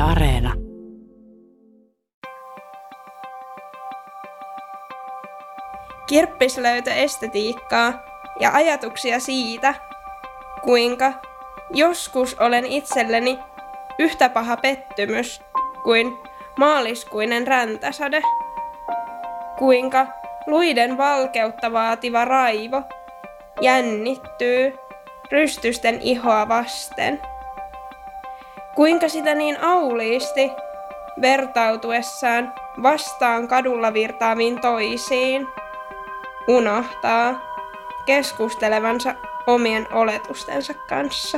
Areena. Kirppis löytö estetiikkaa ja ajatuksia siitä, kuinka joskus olen itselleni yhtä paha pettymys kuin maaliskuinen räntäsade. Kuinka luiden valkeutta vaativa raivo jännittyy rystysten ihoa vasten. Kuinka sitä niin auliisti vertautuessaan vastaan kadulla virtaaviin toisiin unohtaa keskustelevansa omien oletustensa kanssa.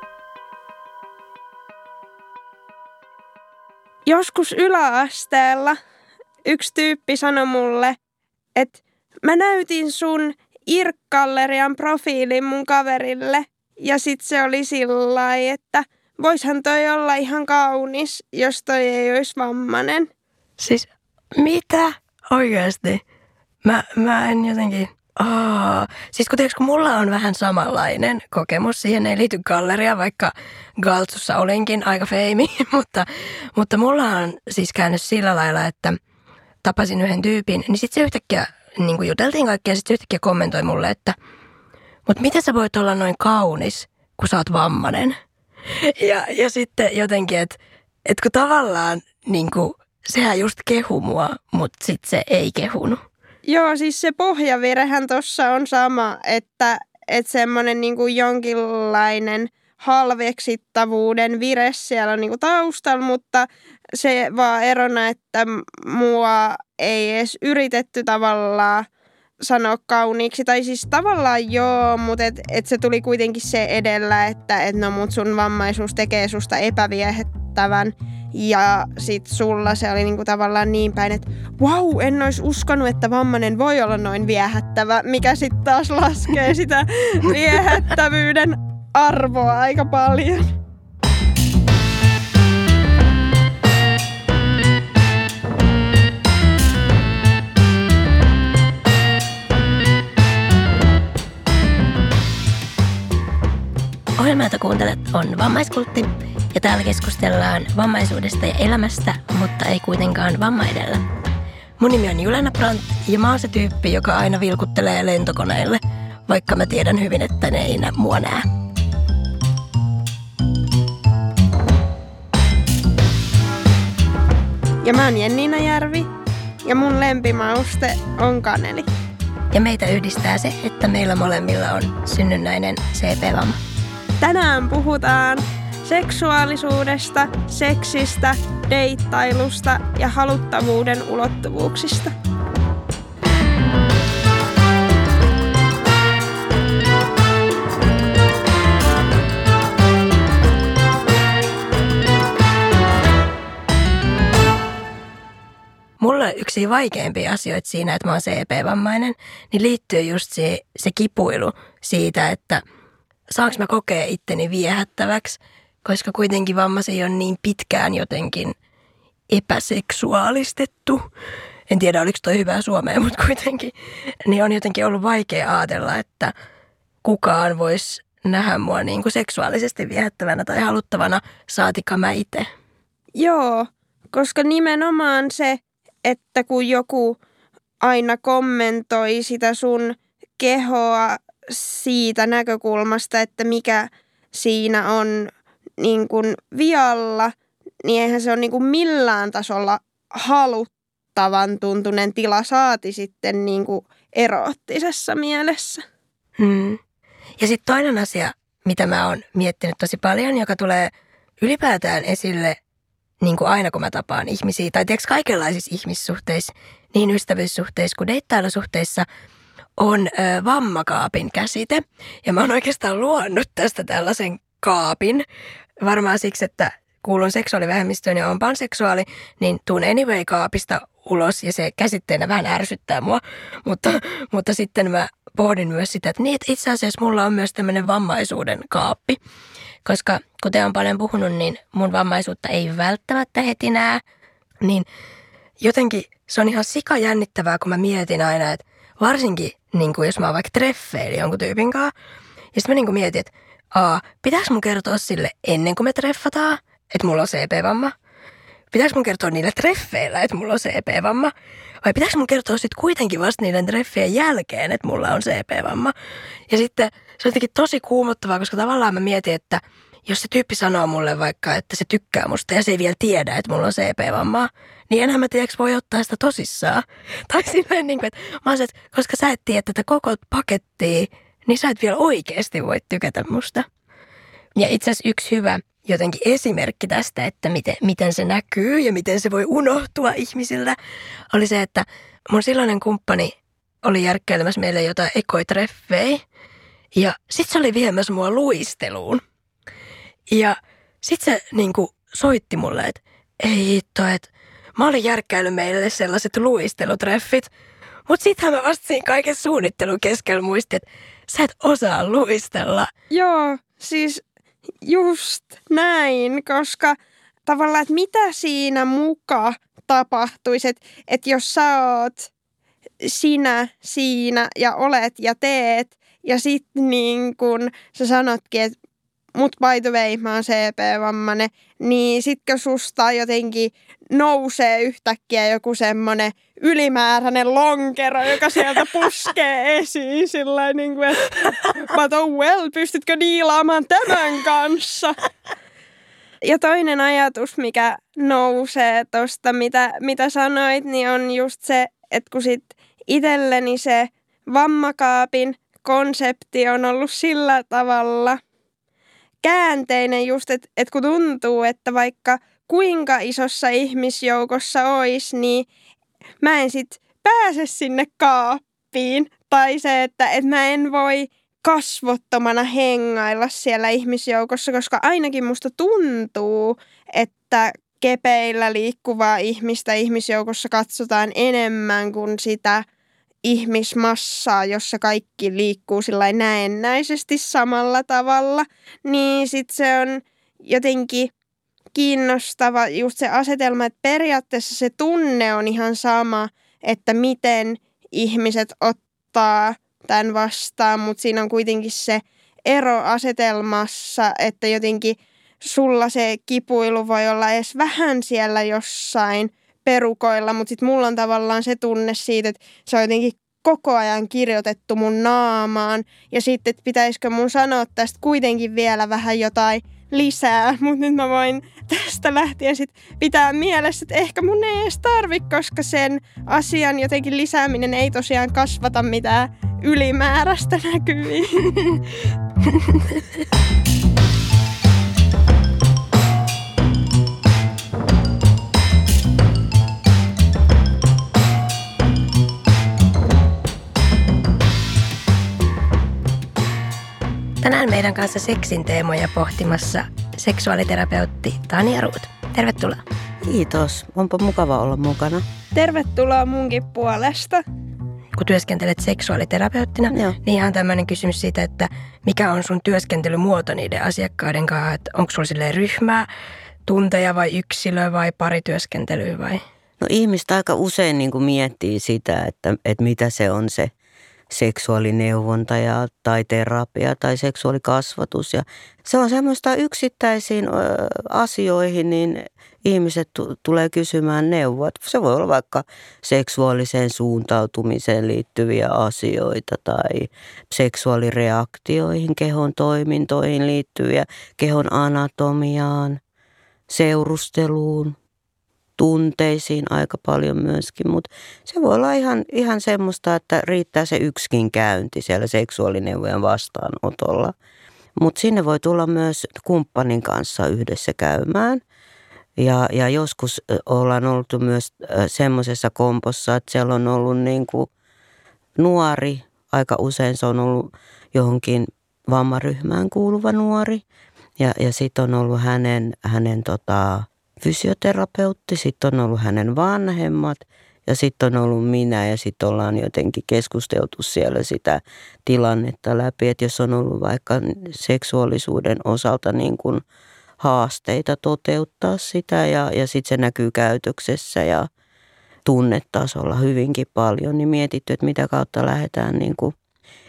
Joskus yläasteella yksi tyyppi sanoi mulle, että mä näytin sun IRC-gallerian profiilin mun kaverille ja sit se oli sillai, että voishan toi olla ihan kaunis, jos toi ei olisi vammainen. Siis mitä? Oikeasti? Mä en jotenkin... Siis kun mulla on vähän samanlainen kokemus, siihen ei liity galleria, vaikka Galtsussa olinkin aika feimi, mutta mulla on siis käynyt sillä lailla, että tapasin yhden tyypin, niin sitten se yhtäkkiä niin kuin juteltiin kaikkea ja sitten se yhtäkkiä kommentoi mulle, että mutta miten sä voit olla noin kaunis, kun sä oot vammainen? Ja sitten jotenkin, että kun tavallaan niin kuin, sehän just kehu mua, mutta sitten se ei kehunut. Joo, siis se pohjavirehän tuossa on sama, että semmoinen niinku jonkinlainen halveksittavuuden vire siellä on niinku taustalla, mutta se vaan erona, että mua ei edes yritetty tavallaan sanoa kauniiksi. Tai siis tavallaan joo, mutta et se tuli kuitenkin se edellä, että no mut sun vammaisuus tekee susta epäviehättävän. Ja sit sulla se oli niinku tavallaan niin päin, että vau, en ois uskonut, että vammainen voi olla noin viehättävä, mikä sit taas laskee sitä viehättävyyden arvoa aika paljon. Ohjelma, jota kuuntelet, on Vammaiskultti. Ja täällä keskustellaan vammaisuudesta ja elämästä, mutta ei kuitenkaan vamma edellä. Mun nimi on Julena Brandt ja mä oon se tyyppi, joka aina vilkuttelee lentokoneille, vaikka mä tiedän hyvin, että ne ei mua näe. Ja mä oon Jenniina Järvi ja mun lempimauste on kaneli. Ja meitä yhdistää se, että meillä molemmilla on synnynnäinen CP-vamma. Tänään puhutaan seksuaalisuudesta, seksistä, deittailusta ja haluttavuuden ulottuvuuksista. Mulla yksi vaikeimpia asioita siinä, että mä oon CP-vammainen, niin liittyy just se kipuilu siitä, että saanko mä kokea itteni viehättäväksi, koska kuitenkin vammaisia on niin pitkään jotenkin epäseksuaalistettu. En tiedä, oliko toi hyvää suomea, mutta kuitenkin. Niin on jotenkin ollut vaikea ajatella, että kukaan voisi nähdä mua niin kuin seksuaalisesti viehättävänä tai haluttavana, saatika mä itse. Joo, koska nimenomaan se, että kun joku aina kommentoi sitä sun kehoa siitä näkökulmasta, että mikä siinä on niin kuin vialla, niin eihän se ole niin kuin millään tasolla haluttavan tuntunen tila, saati sitten niin kuin eroottisessa mielessä. Ja sitten toinen asia, mitä mä oon miettinyt tosi paljon, joka tulee ylipäätään esille niin kuin aina kun mä tapaan ihmisiä, tai tiedätkö kaikenlaisissa ihmissuhteissa, niin ystävyyssuhteissa kuin deittailusuhteissa, on vammakaapin käsite. Ja mä oon oikeastaan luonut tästä tällaisen kaapin. Varmaan siksi, että kuulun seksuaalivähemmistöön ja on panseksuaali, niin tuun anyway-kaapista ulos ja se käsitteenä vähän ärsyttää mua. Mutta sitten mä pohdin myös sitä, että itse asiassa mulla on myös tämmöinen vammaisuuden kaappi. Koska kuten on paljon puhunut, niin mun vammaisuutta ei välttämättä heti näe. Niin jotenkin se on ihan sikajännittävää, kun mä mietin aina, että varsinkin niin kuin jos mä oon vaikka treffeillä jonkun tyypin kanssa. Ja sitten mä niin mietin, että pitääkö mun kertoa sille ennen kuin me treffataan, että mulla on CP-vamma? pitääkö mun kertoa niillä treffeillä, että mulla on CP-vamma? Vai pitääkö mun kertoa sitten kuitenkin vasta niiden treffien jälkeen, että mulla on CP-vamma? Ja sitten se on jotenkin tosi kuumottavaa, koska tavallaan mä mietin, että jos se tyyppi sanoo mulle vaikka, että se tykkää musta ja se ei vielä tiedä, että mulla on CP-vammaa, niin enhän mä tiedä, voi ottaa sitä tosissaan. Tai silleen niin kuin, että mä oon se, että koska sä et tiedä tätä koko pakettia, niin sä et vielä oikeasti voi tykätä musta. Ja itse asiassa yksi hyvä jotenkin esimerkki tästä, että miten se näkyy ja miten se voi unohtua ihmisiltä, oli se, että mun silloinen kumppani oli järkkäilemässä meille jotain ekoitreffejä ja sit se oli viemässä mua luisteluun. Ja sit se niinku soitti mulle, että ei hitto, että mä olin järkkäillyt meille sellaiset luistelutreffit, mut sittenhän mä vasta siinä kaiken suunnittelun keskellä muistin, että sä et osaa luistella. Joo, siis just näin, koska tavallaan, että mitä siinä muka tapahtuisi, että jos sä oot sinä siinä ja olet ja teet ja sitten niin kun sä sanotkin, että mut by the way, mä oon CP-vammainen, niin sitkö susta jotenkin nousee yhtäkkiä joku semmonen ylimääräinen lonkero, joka sieltä puskee esiin sillä niin kuin, että but oh well, pystytkö diilaamaan tämän kanssa? Ja toinen ajatus, mikä nousee tosta, mitä sanoit, niin on just se, että kun sit itselleni se vammakaapin konsepti on ollut sillä tavalla käänteinen just, että kun tuntuu, että vaikka kuinka isossa ihmisjoukossa olisi, niin mä en sit pääse sinne kaappiin. Tai se, että mä en voi kasvottomana hengailla siellä ihmisjoukossa, koska ainakin musta tuntuu, että kepeillä liikkuvaa ihmistä ihmisjoukossa katsotaan enemmän kuin sitä ihmismassaa, jossa kaikki liikkuu sillä näennäisesti samalla tavalla, niin sit se on jotenkin kiinnostava just se asetelma, että periaatteessa se tunne on ihan sama, että miten ihmiset ottaa tämän vastaan, mutta siinä on kuitenkin se ero asetelmassa, että jotenkin sulla se kipuilu voi olla edes vähän siellä jossain perukoilla, mutta sitten mulla on tavallaan se tunne siitä, että se on jotenkin koko ajan kirjoitettu mun naamaan. Ja sitten, että pitäisikö mun sanoa tästä kuitenkin vielä vähän jotain lisää. Mutta nyt mä voin tästä lähtien sitten pitää mielessä, että ehkä mun ei edes tarvi, koska sen asian jotenkin lisääminen ei tosiaan kasvata mitään ylimääräistä näkyviin. Tänään meidän kanssa seksin teemoja pohtimassa seksuaaliterapeutti Tanja Ruut. Tervetuloa. Kiitos. Onpa mukava olla mukana. Tervetuloa munkin puolesta. Kun työskentelet seksuaaliterapeuttina, Joo. niin ihan tämmöinen kysymys siitä, että mikä on sun työskentelymuoto niiden asiakkaiden kanssa? Että onko sulla silleen ryhmää, tunteja vai yksilö vai parityöskentelyä vai? No ihmiset aika usein niin kuin miettii sitä, että mitä se on se seksuaalineuvonta tai terapia tai seksuaalikasvatus. Ja se on semmoista yksittäisiin asioihin, niin ihmiset tulee kysymään neuvoa. Se voi olla vaikka seksuaaliseen suuntautumiseen liittyviä asioita tai seksuaalireaktioihin, kehon toimintoihin liittyviä, kehon anatomiaan, seurusteluun, tunteisiin aika paljon myöskin, mutta se voi olla ihan semmoista, että riittää se yksikin käynti siellä seksuaalineuvojen vastaanotolla. Mutta sinne voi tulla myös kumppanin kanssa yhdessä käymään. Ja joskus ollaan oltu myös semmoisessa kompossa, että siellä on ollut niin kuin nuori, aika usein se on ollut johonkin vammaryhmään kuuluva nuori. Ja sitten on ollut hänen fysioterapeutti, sitten on ollut hänen vanhemmat ja sitten on ollut minä ja sitten ollaan jotenkin keskusteltu siellä sitä tilannetta läpi, että jos on ollut vaikka seksuaalisuuden osalta niin kuin haasteita toteuttaa sitä ja sitten se näkyy käytöksessä ja tunnetasolla hyvinkin paljon, niin mietitty, että mitä kautta lähdetään niin kuin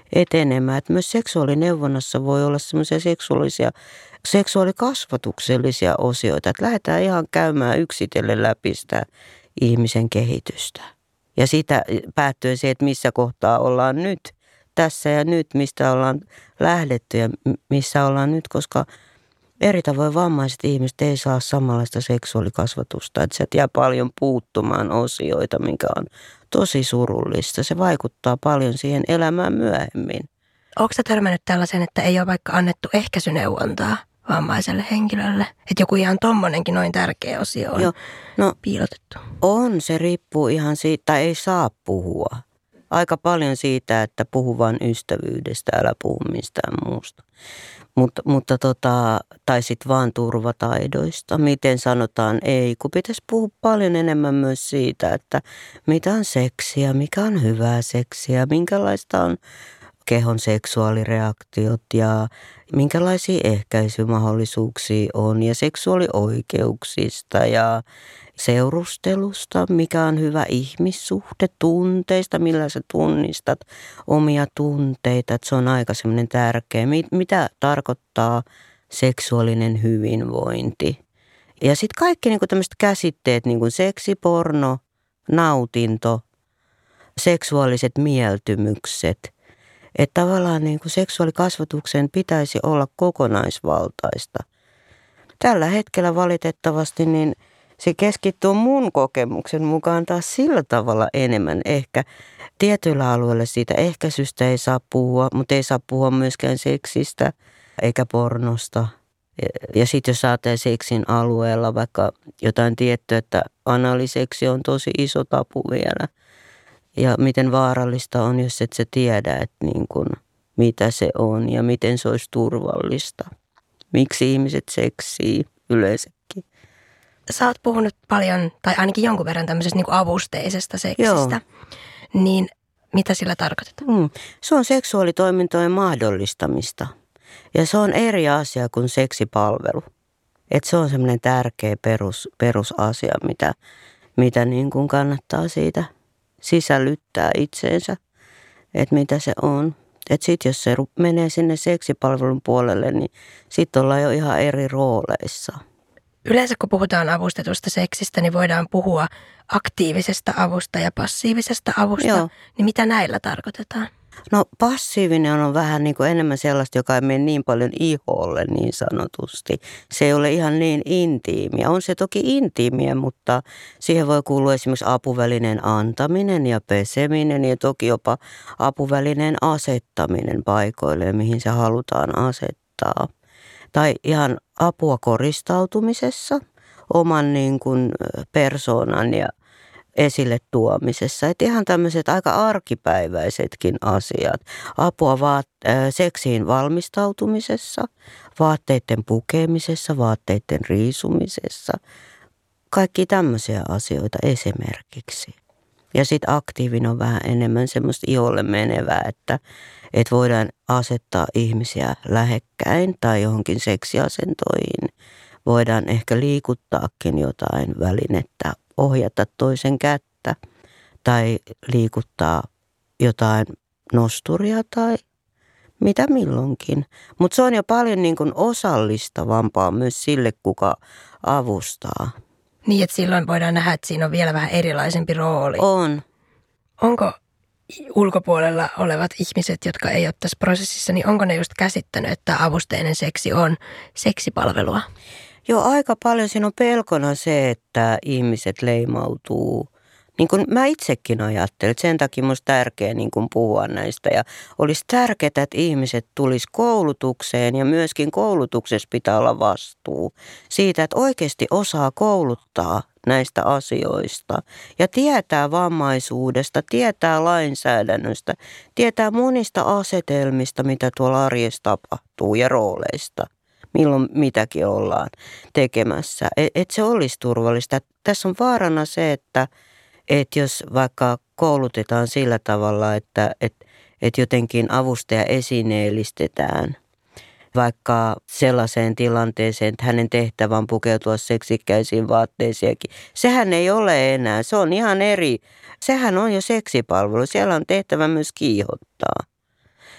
etenemään. Että myös seksuaalineuvonnassa voi olla semmoisia seksuaalikasvatuksellisia osioita, että lähdetään ihan käymään yksitellen läpi sitä ihmisen kehitystä. Ja siitä päättyen siihen, että missä kohtaa ollaan nyt, tässä ja nyt, mistä ollaan lähdetty ja missä ollaan nyt, koska eri tavoin vammaiset ihmiset ei saa samanlaista seksuaalikasvatusta, että sieltä jää paljon puuttumaan osioita, mikä on tosi surullista. Se vaikuttaa paljon siihen elämään myöhemmin. Onko sä törmännyt tällaisen, että ei ole vaikka annettu ehkäisyneuvontaa vammaiselle henkilölle? Että joku ihan tommonenkin noin tärkeä osio on piilotettu. On, se riippuu ihan siitä, tai ei saa puhua. Aika paljon siitä, että puhu vain ystävyydestä, älä puhu mistään muusta. Tai sitten vaan turvataidoista. Miten sanotaan ei, kun pitäisi puhua paljon enemmän myös siitä, että mitä on seksiä, mikä on hyvää seksiä, minkälaista on kehon seksuaalireaktiot ja minkälaisia ehkäisymahdollisuuksia on ja seksuaalioikeuksista ja seurustelusta, mikä on hyvä ihmissuhde, tunteista, millä sä tunnistat omia tunteita, että se on aika semmoinen tärkeä. Mitä tarkoittaa seksuaalinen hyvinvointi? Ja sitten kaikki niin kuin tämmöiset käsitteet, niin kuin seksi, porno, nautinto, seksuaaliset mieltymykset. Että tavallaan niin kuin seksuaalikasvatuksen pitäisi olla kokonaisvaltaista. Tällä hetkellä valitettavasti niin se keskittyy mun kokemuksen mukaan taas sillä tavalla enemmän. Ehkä tietyillä alueilla siitä ehkäisystä ei saa puhua, mutta ei saa puhua myöskään seksistä eikä pornosta. Ja sitten jos ajattelee seksin alueella vaikka jotain tiettyä, että analiseksi on tosi iso tapu vielä. Ja miten vaarallista on, jos et sä tiedä, että niin kun, mitä se on ja miten se olisi turvallista. Miksi ihmiset seksii yleensäkin. Sä oot puhunut paljon, tai ainakin jonkun verran tämmöisestä niin kuin avusteisesta seksistä. Joo. Niin mitä sillä tarkoitetaan? Se on seksuaalitoimintojen mahdollistamista. Ja se on eri asia kuin seksipalvelu. Että se on semmoinen tärkeä perusasia, mitä niin kuin kannattaa siitä sisällyttää itseensä, että mitä se on. Että sitten jos se menee sinne seksipalvelun puolelle, niin sitten ollaan jo ihan eri rooleissa. Yleensä kun puhutaan avustetusta seksistä, niin voidaan puhua aktiivisesta avusta ja passiivisesta avusta. Joo. Niin mitä näillä tarkoitetaan? No passiivinen on vähän niin kuin enemmän sellaista, joka ei mene niin paljon iholle niin sanotusti. Se ei ole ihan niin intiimiä. On se toki intiimiä, mutta siihen voi kuulua esimerkiksi apuvälineen antaminen ja peseminen ja toki jopa apuvälineen asettaminen paikoille, mihin se halutaan asettaa. Tai ihan apua koristautumisessa, oman niin kuin persoonan ja esille tuomisessa. Että ihan tämmöiset aika arkipäiväisetkin asiat. Apua seksiin valmistautumisessa, vaatteiden pukemisessa, vaatteiden riisumisessa. Kaikki tämmöisiä asioita esimerkiksi. Ja sitten aktiivinen on vähän enemmän semmoista iholle menevää, että voidaan asettaa ihmisiä lähekkäin tai johonkin seksiasentoihin. Voidaan ehkä liikuttaakin jotain välinettä, ohjata toisen kättä tai liikuttaa jotain nosturia tai mitä milloinkin. Mutta se on jo paljon niin kuin osallistavampaa myös sille, kuka avustaa. Niin, että silloin voidaan nähdä, että siinä on vielä vähän erilaisempi rooli. On. Onko ulkopuolella olevat ihmiset, jotka ei ole tässä prosessissa, niin onko ne just käsittänyt, että avusteinen seksi on seksipalvelua? Joo, aika paljon siinä on pelkona se, että ihmiset leimautuu. Niin kuin mä itsekin ajattelen, että sen takia minusta tärkeää niin kuin puhua näistä. Ja olisi tärkeää, että ihmiset tulisi koulutukseen ja myöskin koulutuksessa pitää olla vastuu siitä, että oikeasti osaa kouluttaa näistä asioista. Ja tietää vammaisuudesta, tietää lainsäädännöstä, tietää monista asetelmista, mitä tuolla arjessa tapahtuu ja rooleista. Milloin mitäkin ollaan tekemässä. Että se olisi turvallista. Tässä on vaarana se, että jos vaikka koulutetaan sillä tavalla, että jotenkin avustaja esineellistetään vaikka sellaiseen tilanteeseen, että hänen tehtävän pukeutua seksikkäisiin vaatteisiinkin. Sehän ei ole enää. Se on ihan eri. Sehän on jo seksipalvelu. Siellä on tehtävä myös kiihottaa.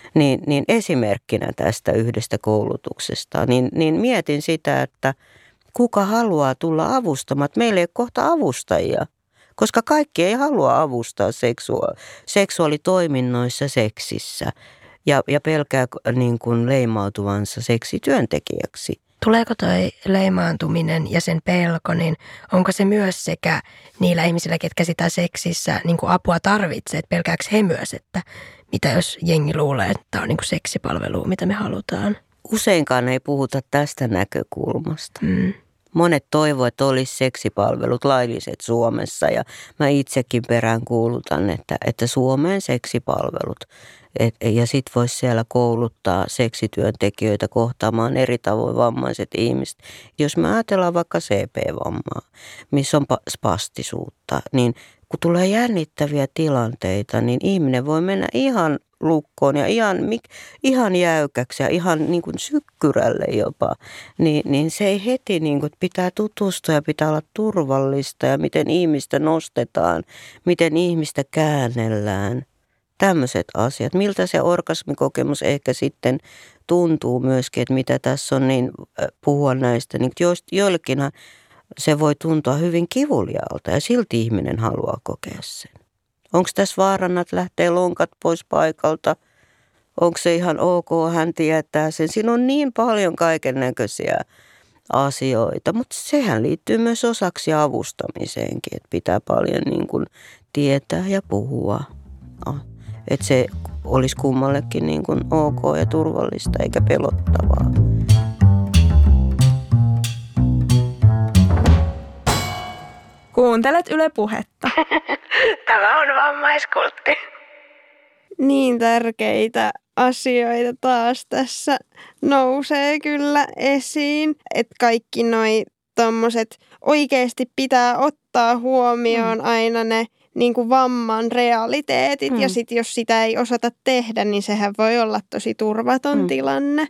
niin esimerkkinä tästä yhdestä koulutuksesta, niin mietin sitä, että kuka haluaa tulla avustamaan. Meillä ei ole kohta avustajia, koska kaikki ei halua avustaa seksuaalitoiminnoissa seksissä ja pelkää niin kuin leimautuvansa seksityöntekijäksi. Tuleeko toi leimaantuminen ja sen pelko, niin onko se myös sekä niillä ihmisillä, ketkä sitä seksissä niin kuin apua tarvitsee, että pelkääkö he myös, että mitä jos jengi luulee, että tämä on niin kuin seksipalvelu, mitä me halutaan? Useinkaan ei puhuta tästä näkökulmasta. Monet toivovat, että olisi seksipalvelut lailliset Suomessa ja mä itsekin peräänkuulutan, että Suomeen seksipalvelut. Ja sitten voisi siellä kouluttaa seksityöntekijöitä kohtaamaan eri tavoin vammaiset ihmiset. Jos me ajatellaan vaikka CP-vammaa, missä on spastisuutta, niin kun tulee jännittäviä tilanteita, niin ihminen voi mennä ihan lukkoon ja ihan jäykäksi ja ihan niin kuin sykkyrälle jopa, niin se ei heti niin kuin, pitää tutustua ja pitää olla turvallista ja miten ihmistä nostetaan, miten ihmistä käännellään. Tämmöiset asiat. Miltä se orgasmikokemus ehkä sitten tuntuu myöskin, että mitä tässä on, niin puhua näistä. Niin joillekinhan se voi tuntua hyvin kivuliaalta ja silti ihminen haluaa kokea sen. Onko tässä vaarana, että lähtee lonkat pois paikalta? Onko se ihan ok, hän tietää sen? Siinä on niin paljon kaikennäköisiä asioita, mutta sehän liittyy myös osaksi avustamiseenkin, että pitää paljon niin kuin tietää ja puhua. Että se olisi kummallekin niin kuin ok ja turvallista eikä pelottavaa. Kuuntelet Yle Puhetta. Tämä on vammaiskultti. Niin tärkeitä asioita taas tässä nousee kyllä esiin, että kaikki noi tommoset oikeasti pitää ottaa huomioon aina ne niin kuin vamman realiteetit ja sitten jos sitä ei osata tehdä, niin sehän voi olla tosi turvaton tilanne.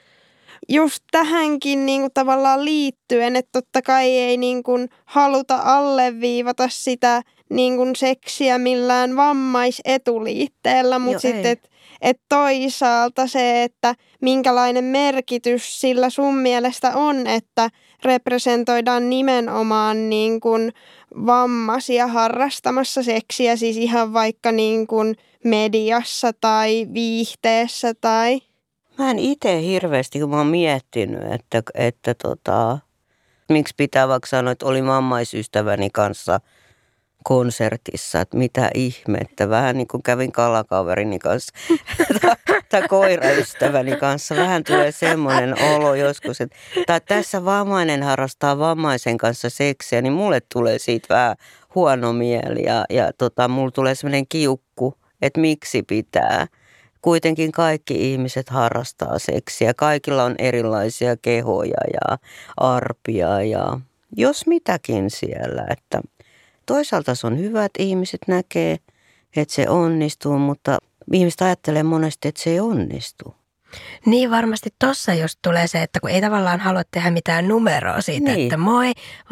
Just tähänkin niin kuin tavallaan liittyen, että totta kai ei niin kuin haluta alleviivata sitä niin kuin seksiä millään vammaisetuliitteellä, mutta sitten et toisaalta se, että minkälainen merkitys sillä sun mielestä on, että representoidaan nimenomaan niin kuin vammaisia harrastamassa seksiä, siis ihan vaikka niin kuin mediassa tai viihteessä tai... Mä en itse hirveästi, kun mä oon miettinyt, että miksi pitää vaikka sanoa, että oli vammaisystäväni kanssa konsertissa, että mitä ihmettä. Vähän niin kuin kävin kalakaverini kanssa tai koiraystäväni kanssa. Vähän tulee semmoinen olo joskus, että tässä vammainen harrastaa vammaisen kanssa seksiä, niin mulle tulee siitä vähän huono mieli ja mulle tulee semmoinen kiukku, että miksi pitää. Kuitenkin kaikki ihmiset harrastaa seksiä. Kaikilla on erilaisia kehoja ja arpia ja jos mitäkin siellä. Että toisaalta se on hyvä, että ihmiset näkee, että se onnistuu, mutta ihmiset ajattelee monesti, että se ei onnistu. Niin varmasti tossa just tulee se, että kun ei tavallaan halua tehdä mitään numeroa siitä, että moi,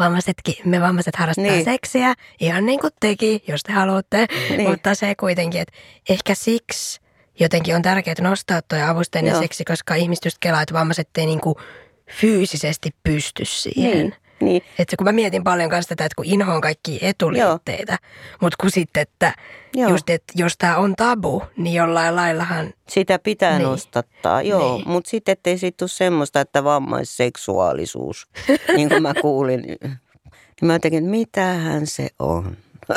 me vammaiset harrastaa seksiä, ihan niin kuin teki, jos te haluatte. Mutta se kuitenkin, että ehkä siksi jotenkin on tärkeää nostaa tuo avustajien seksi, koska ihmiset just kelaa, että vammaiset ei niin kuin fyysisesti pysty siihen. Niin. Että kun mä mietin paljon kanssa tätä, että kun inhoon kaikki etuliitteitä, mutta kun sitten, että just, että jos tämä on tabu, niin jollain laillahan... Sitä pitää nostattaa, mutta sitten ettei siitä tule semmoista, että vammaisseksuaalisuus, niin kuin mä kuulin, niin mä jotenkin, että mitähän se on.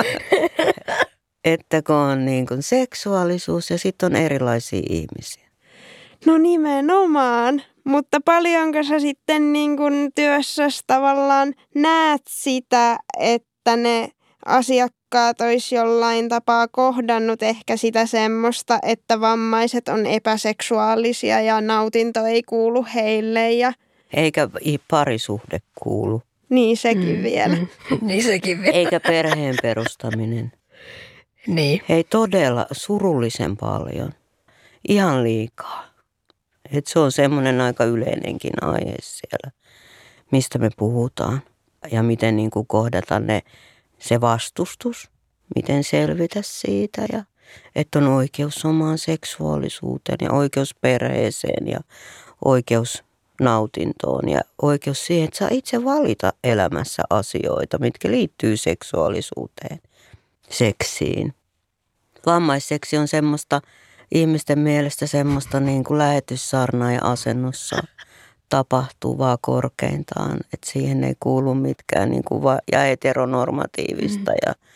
Että kun on niin kuin seksuaalisuus ja sitten on erilaisia ihmisiä. No nimenomaan. Mutta paljonko sä sitten niin kun työssäsi tavallaan näet sitä, että ne asiakkaat olisi jollain tapaa kohdannut ehkä sitä semmoista, että vammaiset on epäseksuaalisia ja nautinto ei kuulu heille ja... Eikä parisuhde kuulu. Niin sekin vielä. Niin sekin vielä. Eikä perheen perustaminen. Niin. Hei todella surullisen paljon. Ihan liikaa. Että se on semmoinen aika yleinenkin aihe siellä, mistä me puhutaan. Ja miten niin kuin kohdata se vastustus, miten selvitä siitä. Ja Että on oikeus omaan seksuaalisuuteen ja oikeus perheeseen ja oikeus nautintoon ja oikeus siihen, että saa itse valita elämässä asioita, mitkä liittyy seksuaalisuuteen, seksiin. Vammaisseksi on semmoista ihmisten mielestä semmoista niin kuin lähetyssarnaaja-asennossa tapahtuvaa korkeintaan, että siihen ei kuulu mitkään niin kuin ja heteronormatiivista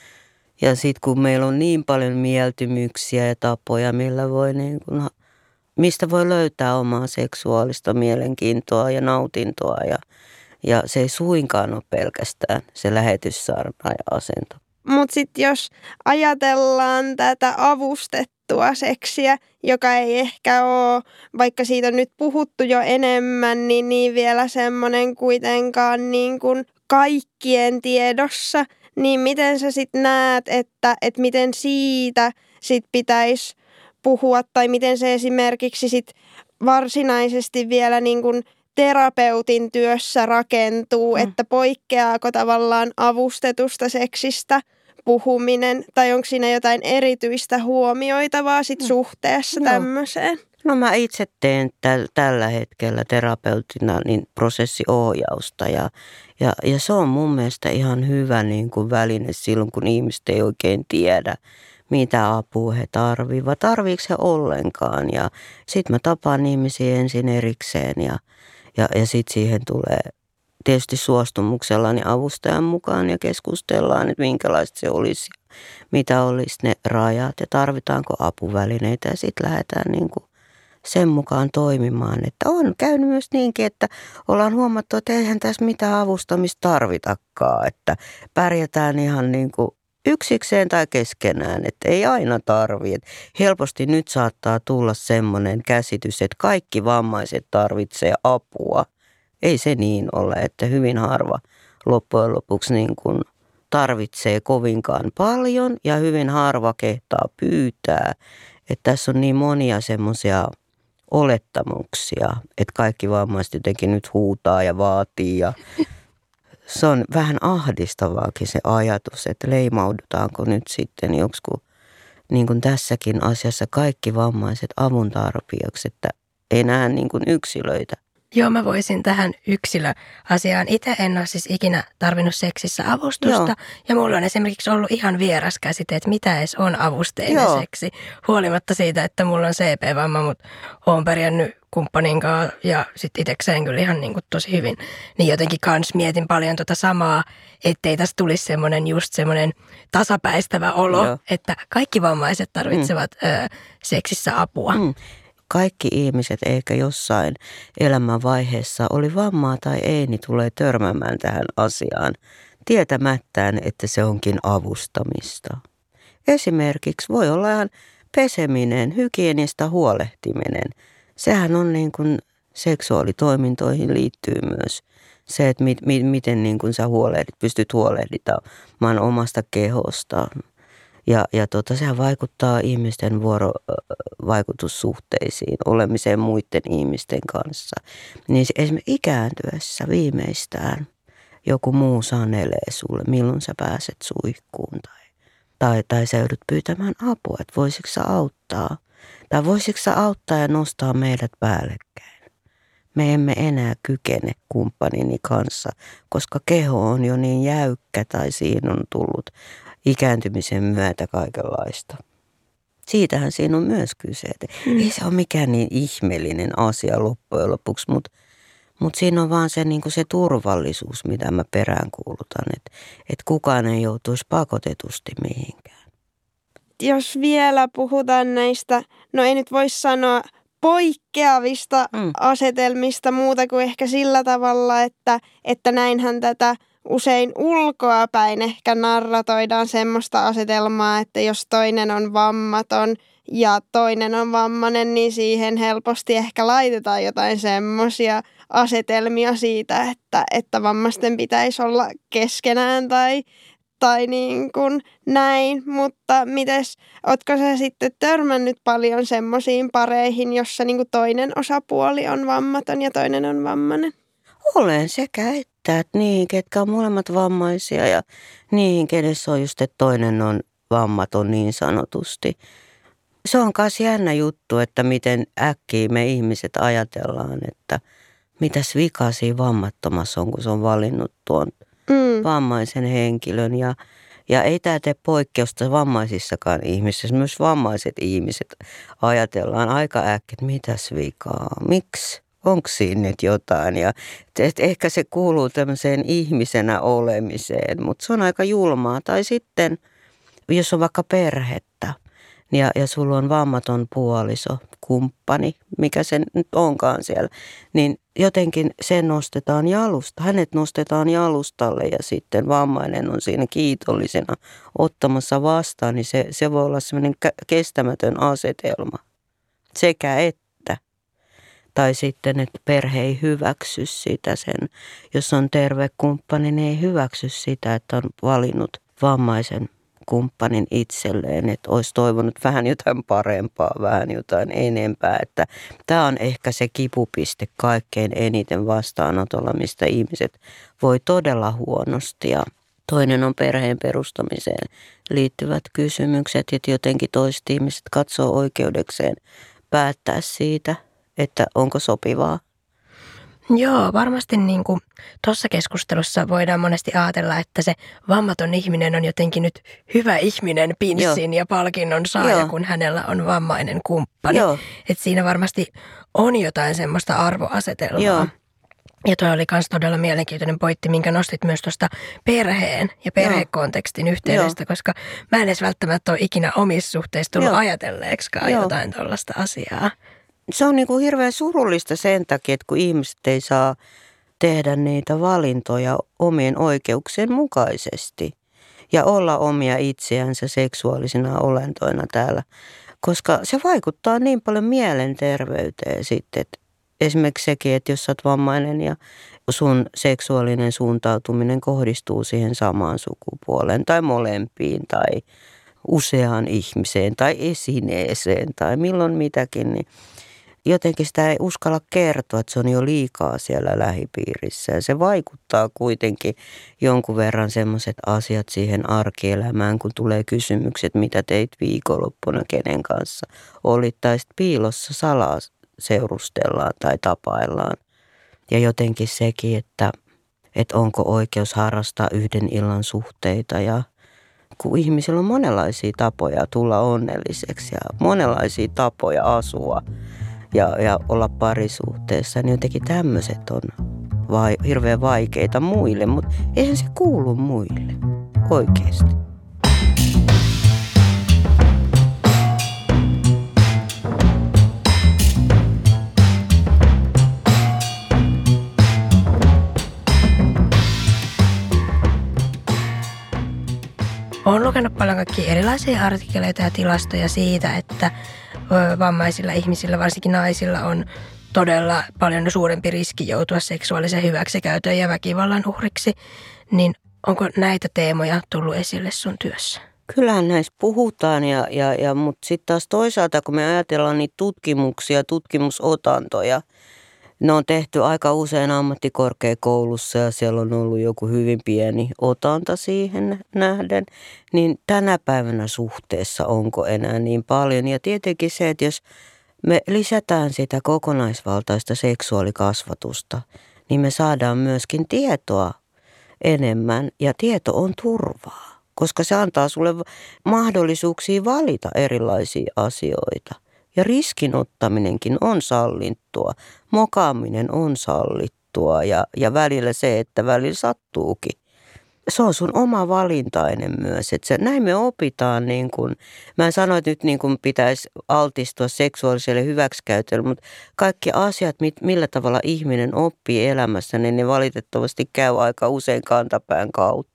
ja sitten kun meillä on niin paljon mieltymyksiä ja tapoja, millä voi niin kuin, mistä voi löytää omaa seksuaalista mielenkiintoa ja nautintoa ja se ei suinkaan ole pelkästään se lähetyssarnaaja-asento. Mutta sitten jos ajatellaan tätä avustettua seksiä, joka ei ehkä ole, vaikka siitä on nyt puhuttu jo enemmän, niin vielä semmoinen kuitenkaan niin kuin kaikkien tiedossa, niin miten sä sitten näet, että miten siitä sit pitäisi puhua tai miten se esimerkiksi sit varsinaisesti vielä niin kuin terapeutin työssä rakentuu, että poikkeaako tavallaan avustetusta seksistä puhuminen tai onko siinä jotain erityistä huomioitavaa sit suhteessa tämmöiseen? No mä itse teen tällä hetkellä terapeutina niin prosessiohjausta ja se on mun mielestä ihan hyvä niin kuin väline silloin, kun ihmiset ei oikein tiedä, mitä apua he tarvitsevat, tarviiko he ollenkaan ja sitten mä tapaan ihmisiä ensin erikseen ja sitten siihen tulee tietysti suostumuksellani avustajan mukaan ja keskustellaan, että minkälaista se olisi, mitä olisi ne rajat ja tarvitaanko apuvälineitä ja sitten lähdetään niin kuin sen mukaan toimimaan. Että on käynyt myös niinkin, että ollaan huomattu, että eihän tässä mitään avustamista tarvitakaan, että pärjätään ihan niin kuin yksikseen tai keskenään, että ei aina tarvitse. Helposti nyt saattaa tulla semmoinen käsitys, että kaikki vammaiset tarvitsee apua. Ei se niin ole, että hyvin harva loppujen lopuksi niin kuin tarvitsee kovinkaan paljon ja hyvin harva kehtaa pyytää. Että tässä on niin monia semmoisia olettamuksia, että kaikki vammaiset jotenkin nyt huutaa ja vaatii ja se on vähän ahdistavaakin se ajatus, että leimaudutaanko nyt sitten joksikin niin kuin tässäkin asiassa kaikki vammaiset avuntarvijoiksi, että ei näe niin kuin yksilöitä. Joo, mä voisin tähän yksilöasiaan. Itse en ole siis ikinä tarvinnut seksissä avustusta. Ja mulla on esimerkiksi ollut ihan vieras käsite, että mitä edes on avusteinen seksi. Huolimatta siitä, että mulla on CP-vamma, mutta oon pärjännyt kumppanin kanssa ja sitten itsekseen kyllä ihan niin kuin tosi hyvin. Niin jotenkin kans mietin paljon tota samaa, ettei tästä tulisi semmoinen tasapäistävä olo, että kaikki vammaiset tarvitsevat seksissä apua. Kaikki ihmiset eikä jossain elämänvaiheessa, oli vammaa tai ei, niin tulee törmäämään tähän asiaan tietämättään, että se onkin avustamista. Esimerkiksi voi olla ihan peseminen, hygienistä huolehtiminen. Sehän on niin kuin seksuaalitoimintoihin liittyy myös se, että miten niin kuin sä pystyt huolehtimaan omasta kehosta. Ja sehän vaikuttaa ihmisten vuorovaikutussuhteisiin, olemiseen muiden ihmisten kanssa. Niin esimerkiksi ikääntyessä viimeistään joku muu sanelee sulle, milloin sä pääset suihkuun tai sä joudut pyytämään apua, että voisitko sä auttaa. Tai voisitko sä auttaa ja nostaa meidät päällekkäin. Me emme enää kykene kumppanini kanssa, koska keho on jo niin jäykkä tai siinä on tullut ikääntymisen myötä kaikenlaista. Siitähän siinä on myös kyse. Ei se ole mikään niin ihmeellinen asia loppujen lopuksi, mutta siinä on vaan se, niin kuin se turvallisuus, mitä mä peräänkuulutan, että kukaan ei joutuisi pakotetusti mihinkään. Jos vielä puhutaan näistä, no ei nyt voi sanoa poikkeavista asetelmista muuta kuin ehkä sillä tavalla, että näinhän tätä usein ulkoapäin ehkä narratoidaan semmoista asetelmaa, että jos toinen on vammaton ja toinen on vammainen, niin siihen helposti ehkä laitetaan jotain semmoisia asetelmia siitä, että vammaisten pitäisi olla keskenään tai niin kuin näin. Mutta ootko sä sitten törmännyt paljon semmoisiin pareihin, jossa niin kuin toinen osapuoli on vammaton ja toinen on vammainen? Olen sekä että niihin, ketkä on molemmat vammaisia ja niihin, kenessä on just, että toinen on vammaton niin sanotusti. Se on myös jännä juttu, että miten äkkiä me ihmiset ajatellaan, että mitäs vikaa siinä vammattomassa on, kun se on valinnut tuon vammaisen henkilön. Ja ei tämä tee poikkeusta vammaisissakaan ihmisissä. Myös vammaiset ihmiset ajatellaan aika äkkiä, että mitäs vikaa, miksi, onko siinä nyt jotain. Ja ehkä se kuuluu tämmöiseen ihmisenä olemiseen, mutta se on aika julmaa. Tai sitten, jos on vaikka perhettä ja sulla on vammaton puoliso, kumppani, mikä se nyt onkaan siellä, niin jotenkin hänet nostetaan jalustalle ja sitten vammainen on siinä kiitollisena ottamassa vastaan, niin se voi olla semmoinen kestämätön asetelma. Sekä että. Tai sitten, että perhe ei hyväksy sitä jos on terve kumppani, niin ei hyväksy sitä, että on valinnut vammaisen kumppanin itselleen, että olisi toivonut vähän jotain parempaa, vähän jotain enempää. Että tämä on ehkä se kipupiste kaikkein eniten vastaanotolla, mistä ihmiset voi todella huonosti. Ja toinen on perheen perustamiseen liittyvät kysymykset, että jotenkin toiset ihmiset katsoo oikeudekseen päättää siitä, että onko sopivaa. Joo, varmasti niin kuin tuossa keskustelussa voidaan monesti ajatella, että se vammaton ihminen on jotenkin nyt hyvä ihminen pinssin ja palkinnon saaja, kun hänellä on vammainen kumppani. Että siinä varmasti on jotain semmoista arvoasetelmaa. Joo. Ja toi oli myös todella mielenkiintoinen pointti, minkä nostit myös tuosta perheen ja perhekontekstin yhteydestä, koska mä en edes välttämättä ole ikinä omissa suhteissa tullut ajatelleeksikaan jotain tuollaista asiaa. Se on niin kuin hirveän surullista sen takia, että kun ihmiset ei saa tehdä niitä valintoja omien oikeuksien mukaisesti ja olla omia itseänsä seksuaalisina olentoina täällä, koska se vaikuttaa niin paljon mielenterveyteen sitten. Että esimerkiksi sekin, että jos sä oot vammainen ja sun seksuaalinen suuntautuminen kohdistuu siihen samaan sukupuoleen tai molempiin tai useaan ihmiseen tai esineeseen tai milloin mitäkin, niin jotenkin sitä ei uskalla kertoa, että se on jo liikaa siellä lähipiirissä. Ja se vaikuttaa kuitenkin jonkun verran sellaiset asiat siihen arkielämään, kun tulee kysymykset, mitä teit viikonloppuna, kenen kanssa olit. Tai sitten piilossa salaa seurustellaan tai tapaillaan. Ja jotenkin sekin, että onko oikeus harrastaa yhden illan suhteita ja kun ihmisillä on monenlaisia tapoja tulla onnelliseksi ja monenlaisia tapoja asua ja olla parisuhteessa, niin jotenkin tämmöiset on hirveän vaikeita muille, mutta eihän se kuulu muille oikeasti. Olen lukenut paljon kaikkia erilaisia artikkeleita ja tilastoja siitä, että vammaisilla ihmisillä, varsinkin naisilla, on todella paljon suurempi riski joutua seksuaalisen hyväksikäytön ja väkivallan uhriksi. Niin onko näitä teemoja tullut esille sun työssä? Kyllähän näissä puhutaan, mutta sitten taas toisaalta, kun me ajatellaan niitä tutkimuksia, tutkimusotantoja, ne on tehty aika usein ammattikorkeakoulussa ja siellä on ollut joku hyvin pieni otanta siihen nähden, niin tänä päivänä suhteessa onko enää niin paljon. Ja tietenkin se, että jos me lisätään sitä kokonaisvaltaista seksuaalikasvatusta, niin me saadaan myöskin tietoa enemmän ja tieto on turvaa, koska se antaa sulle mahdollisuuksia valita erilaisia asioita. Ja riskinottaminenkin on sallittua, mokaaminen on sallittua ja välillä se, että välillä sattuukin. Se on sun oma valintainen myös. Että näin me opitaan, niin kun, mä en sano, että nyt niin kun pitäisi altistua seksuaaliselle hyväksikäytölle, mutta kaikki asiat, millä tavalla ihminen oppii elämässä, niin ne valitettavasti käy aika usein kantapään kautta.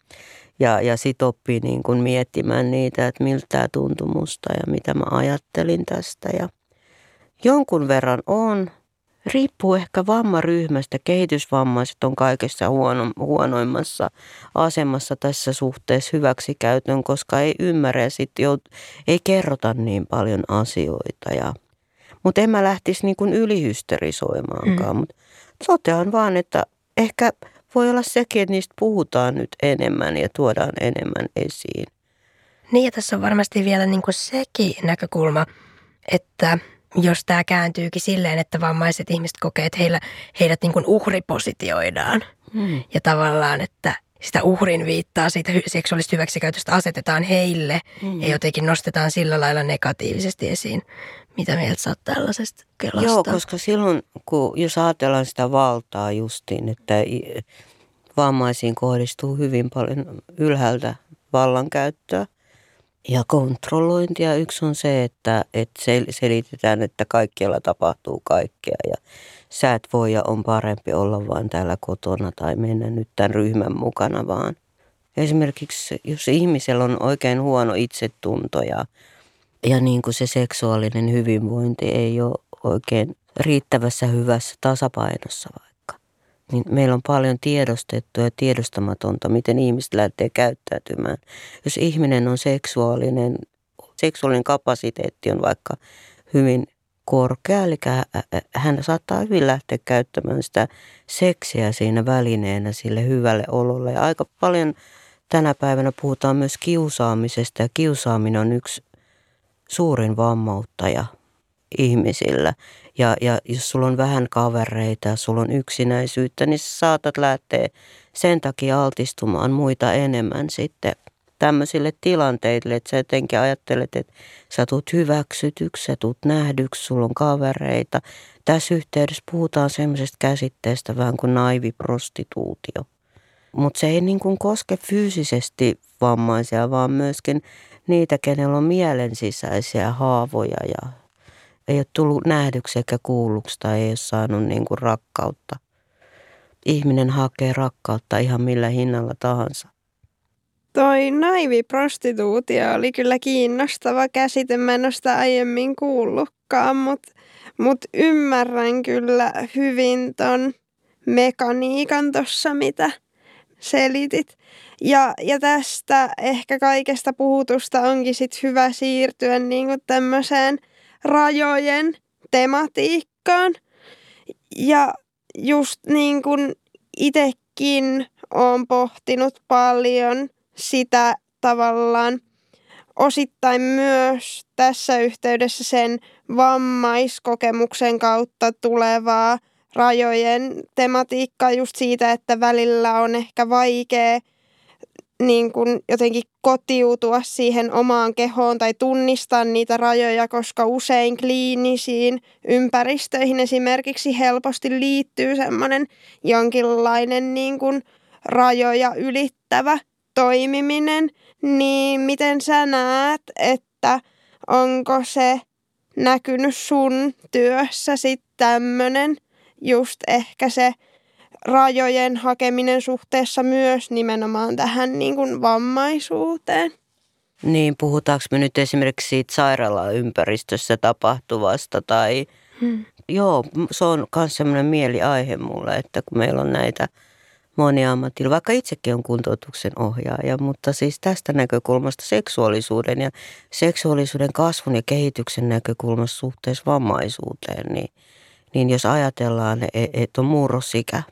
Ja sitten oppii niin kun miettimään niitä, että miltä tämä tuntui musta ja mitä mä ajattelin tästä. Ja jonkun verran on. Riippuu ehkä vammaryhmästä. Kehitysvammaiset on kaikessa huonoimmassa asemassa tässä suhteessa hyväksikäytön, koska ei ymmärrä ja sitten ei kerrota niin paljon asioita. Mutta en mä lähtisi niin kuin ylihysterisoimaankaan. Mutta totean vaan, että ehkä voi olla sekin, että niistä puhutaan nyt enemmän ja tuodaan enemmän esiin. Niin ja tässä on varmasti vielä niin kuin sekin näkökulma, että jos tämä kääntyykin silleen, että vammaiset ihmiset kokee, että heidät niin kuin uhripositioidaan ja tavallaan, että sitä uhrin viittaa siitä seksuaalista hyväksikäytöstä asetetaan heille ja jotenkin nostetaan sillä lailla negatiivisesti esiin. Mitä mieltä sä oot tällaisesta kelasta? Joo, koska silloin, jos ajatellaan sitä valtaa justiin, että vammaisiin kohdistuu hyvin paljon ylhäältä vallankäyttöä ja kontrollointia. Yksi on se, että selitetään, että kaikkialla tapahtuu kaikkea ja sä et voi ja on parempi olla vaan täällä kotona tai mennä nyt tämän ryhmän mukana vaan. Esimerkiksi jos ihmisellä on oikein huono itsetunto ja niin kuin se seksuaalinen hyvinvointi ei ole oikein riittävässä hyvässä tasapainossa vaikka, niin meillä on paljon tiedostettua ja tiedostamatonta, miten ihmiset lähtee käyttäytymään. Jos ihminen on seksuaalinen kapasiteetti on vaikka hyvin korkea, eli hän saattaa hyvin lähteä käyttämään sitä seksiä siinä välineenä sille hyvälle ololle. Ja aika paljon tänä päivänä puhutaan myös kiusaamisesta ja kiusaaminen on yksi suurin vammauttaja ihmisillä. Ja jos sulla on vähän kavereita ja sulla on yksinäisyyttä, niin sä saatat lähteä sen takia altistumaan muita enemmän sitten tämmöisille tilanteille, että sä jotenkin ajattelet, että sä tulet hyväksytyksi, sä tulet nähdyksi, sulla on kavereita. Tässä yhteydessä puhutaan semmoisesta käsitteestä vähän kuin naiviprostituutio. Mutta se ei niin kuin koske fyysisesti vammaisia, vaan myöskin niitä, kenellä on mielen sisäisiä haavoja ja ei ole tullut nähdyksi eikä kuulluksi tai ei ole saanut niin kuin rakkautta. Ihminen hakee rakkautta ihan millä hinnalla tahansa. Toi naiviprostituutio oli kyllä kiinnostava käsite. Mä en ole sitä aiemmin kuullutkaan, mutta ymmärrän kyllä hyvin ton mekaniikan tossa, mitä selitit. Ja tästä ehkä kaikesta puhutusta onkin sit hyvä siirtyä niinku tämmöiseen rajojen tematiikkaan. Ja just niin kuin itsekin olen pohtinut paljon sitä tavallaan osittain myös tässä yhteydessä sen vammaiskokemuksen kautta tulevaa rajojen tematiikkaa just siitä, että välillä on ehkä vaikea niin kuin jotenkin kotiutua siihen omaan kehoon tai tunnistaa niitä rajoja, koska usein kliinisiin ympäristöihin esimerkiksi helposti liittyy semmoinen jonkinlainen niin kuin rajoja ylittävä toimiminen. Niin miten sä näet, että onko se näkynyt sun työssä sitten tämmöinen just ehkä se rajojen hakeminen suhteessa myös nimenomaan tähän niin kuin vammaisuuteen? Niin, puhutaanko me nyt esimerkiksi siitä sairaalaympäristössä tapahtuvasta tai... Joo, se on myös sellainen mieliaihe mulle, että kun meillä on näitä moniammatilla, vaikka itsekin on kuntoutuksen ohjaaja, mutta siis tästä näkökulmasta seksuaalisuuden ja seksuaalisuuden kasvun ja kehityksen näkökulmasta suhteessa vammaisuuteen, niin jos ajatellaan, että on murrosikä,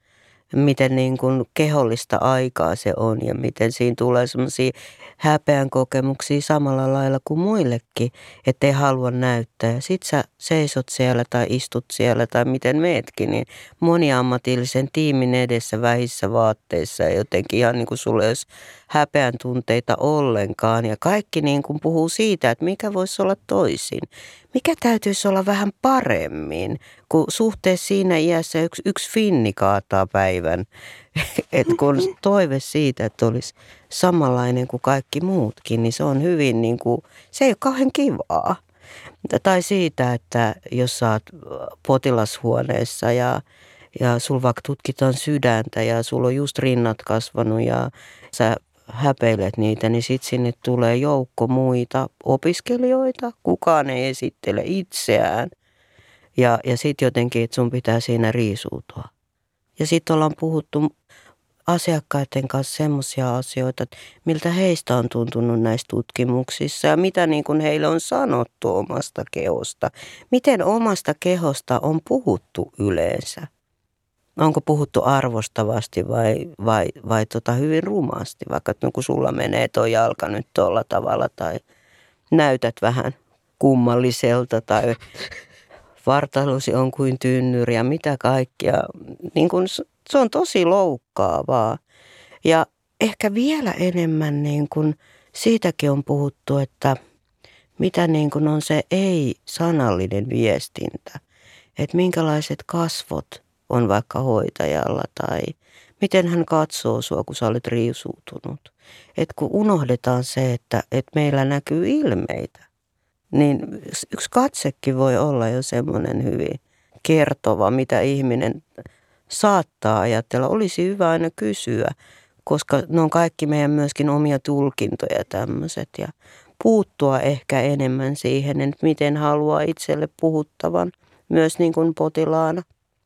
miten niin kuin kehollista aikaa se on ja miten siinä tulee semmoisia häpeän kokemuksia samalla lailla kuin muillekin, ettei halua näyttää. Ja sit sä seisot siellä tai istut siellä tai miten meetkin, niin moniammatillisen tiimin edessä vähissä vaatteissa ja jotenkin ihan niin kuin sulla ei olisi häpeän tunteita ollenkaan. Ja kaikki niin kuin puhuu siitä, että mikä voisi olla toisin. Mikä täytyisi olla vähän paremmin, kun suhteessa siinä iässä yksi finni kaataa päivän. Että kun toive siitä, että olisi samanlainen kuin kaikki muutkin, niin se on hyvin niin kuin, se ei ole kauhean kivaa. Tai siitä, että jos sä oot potilashuoneessa ja sulla vaikka tutkitaan sydäntä ja sulla on just rinnat kasvanut ja sä häpeilet niitä, niin sitten sinne tulee joukko muita opiskelijoita. Kukaan ei esittele itseään. Ja sitten jotenkin, että sun pitää siinä riisuutua. Ja sitten ollaan puhuttu asiakkaiden kanssa semmoisia asioita, että miltä heistä on tuntunut näissä tutkimuksissa ja mitä niin kuin heille on sanottu omasta kehosta. Miten omasta kehosta on puhuttu yleensä. onko puhuttu arvostavasti vai hyvin rumasti, vaikka että kun sulla menee tuo jalka nyt tuolla tavalla tai näytät vähän kummalliselta tai vartalosi on kuin tynnyri ja mitä kaikkia. Niin kun, se on tosi loukkaavaa. Ja ehkä vielä enemmän niin kun, siitäkin on puhuttu, että mitä niin kun on se ei-sanallinen viestintä. Että minkälaiset kasvot on vaikka hoitajalla tai miten hän katsoo sua, kun sä olet riisuutunut. Että kun unohdetaan se, että meillä näkyy ilmeitä, niin yksi katsekin voi olla jo semmoinen hyvin kertova, mitä ihminen saattaa ajatella. Olisi hyvä aina kysyä, koska ne on kaikki meidän myöskin omia tulkintoja tämmöiset. Ja puuttua ehkä enemmän siihen, että miten haluaa itselle puhuttavan myös niin kuin potilaana.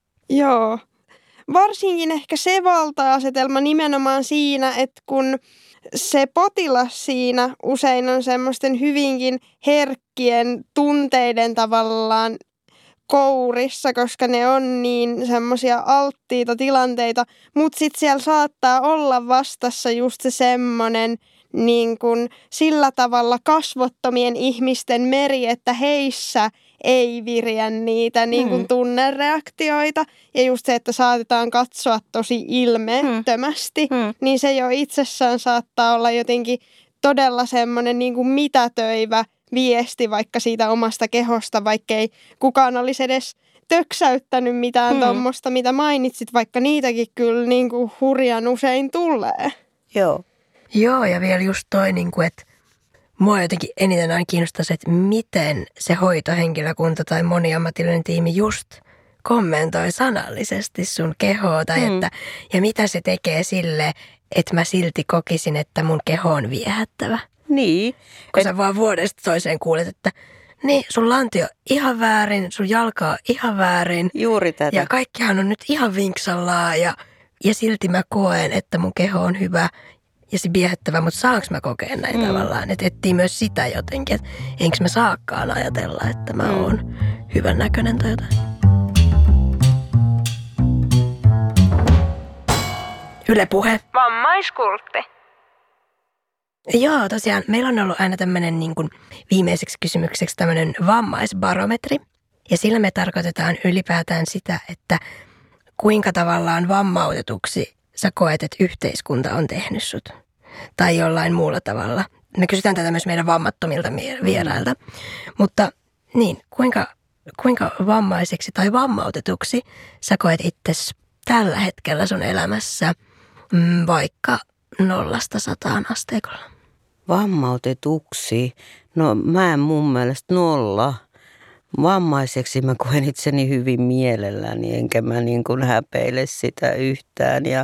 Joo. Varsinkin ehkä se valta-asetelma nimenomaan siinä, että kun se potilas siinä usein on semmoisten hyvinkin herkkien tunteiden tavallaan kourissa, koska ne on niin semmoisia alttiita tilanteita, mutta sitten siellä saattaa olla vastassa just se semmoinen niin kuin sillä tavalla kasvottomien ihmisten meri, että heissä ei viriä niitä niin kuin tunnereaktioita. Ja just se, että saatetaan katsoa tosi ilmeettömästi, niin se jo itsessään saattaa olla jotenkin todella semmoinen niin kuin mitätöivä viesti vaikka siitä omasta kehosta, vaikkei kukaan olisi edes töksäyttänyt mitään tommosta, mitä mainitsit, vaikka niitäkin kyllä niin kuin hurjan usein tulee. Joo. Joo, ja vielä just toi, että mua jotenkin eniten aina kiinnostaa se, että miten se hoitohenkilökunta tai moniammatillinen tiimi just kommentoi sanallisesti sun kehoa tai ja mitä se tekee sille, että mä silti kokisin, että mun keho on viehättävä. Niin. Kun sä vaan vuodesta toiseen kuulet, että niin, sun lanti on ihan väärin, sun jalka on ihan väärin. Juuri tätä. Ja kaikkihan on nyt ihan vinksallaan ja silti mä koen, että mun keho on hyvä ja se viehättävä, mutta saanko mä kokea näin tavallaan? Että etsii myös sitä jotenkin, että enkö mä saakkaan ajatella, että mä oon hyvän näköinen tai jotain. Yle Puhe. Vammaiskultti. Joo, tosiaan meillä on ollut aina tämmöinen niin kuin viimeiseksi kysymykseksi tämmöinen vammaisbarometri. Ja sillä me tarkoitetaan ylipäätään sitä, että kuinka tavallaan vammautetuksi sä koet, että yhteiskunta on tehnyt sut. Tai jollain muulla tavalla. Me kysytään tätä myös meidän vammattomilta vierailta. Mutta niin, kuinka vammaiseksi tai vammautetuksi sä koet itsesi tällä hetkellä sun elämässä vaikka 0–100 asteikolla? Vammautetuksi? No mä en mun mielestä 0. Vammaiseksi mä koen itseni hyvin mielelläni, enkä mä niin kuin häpeile sitä yhtään. Ja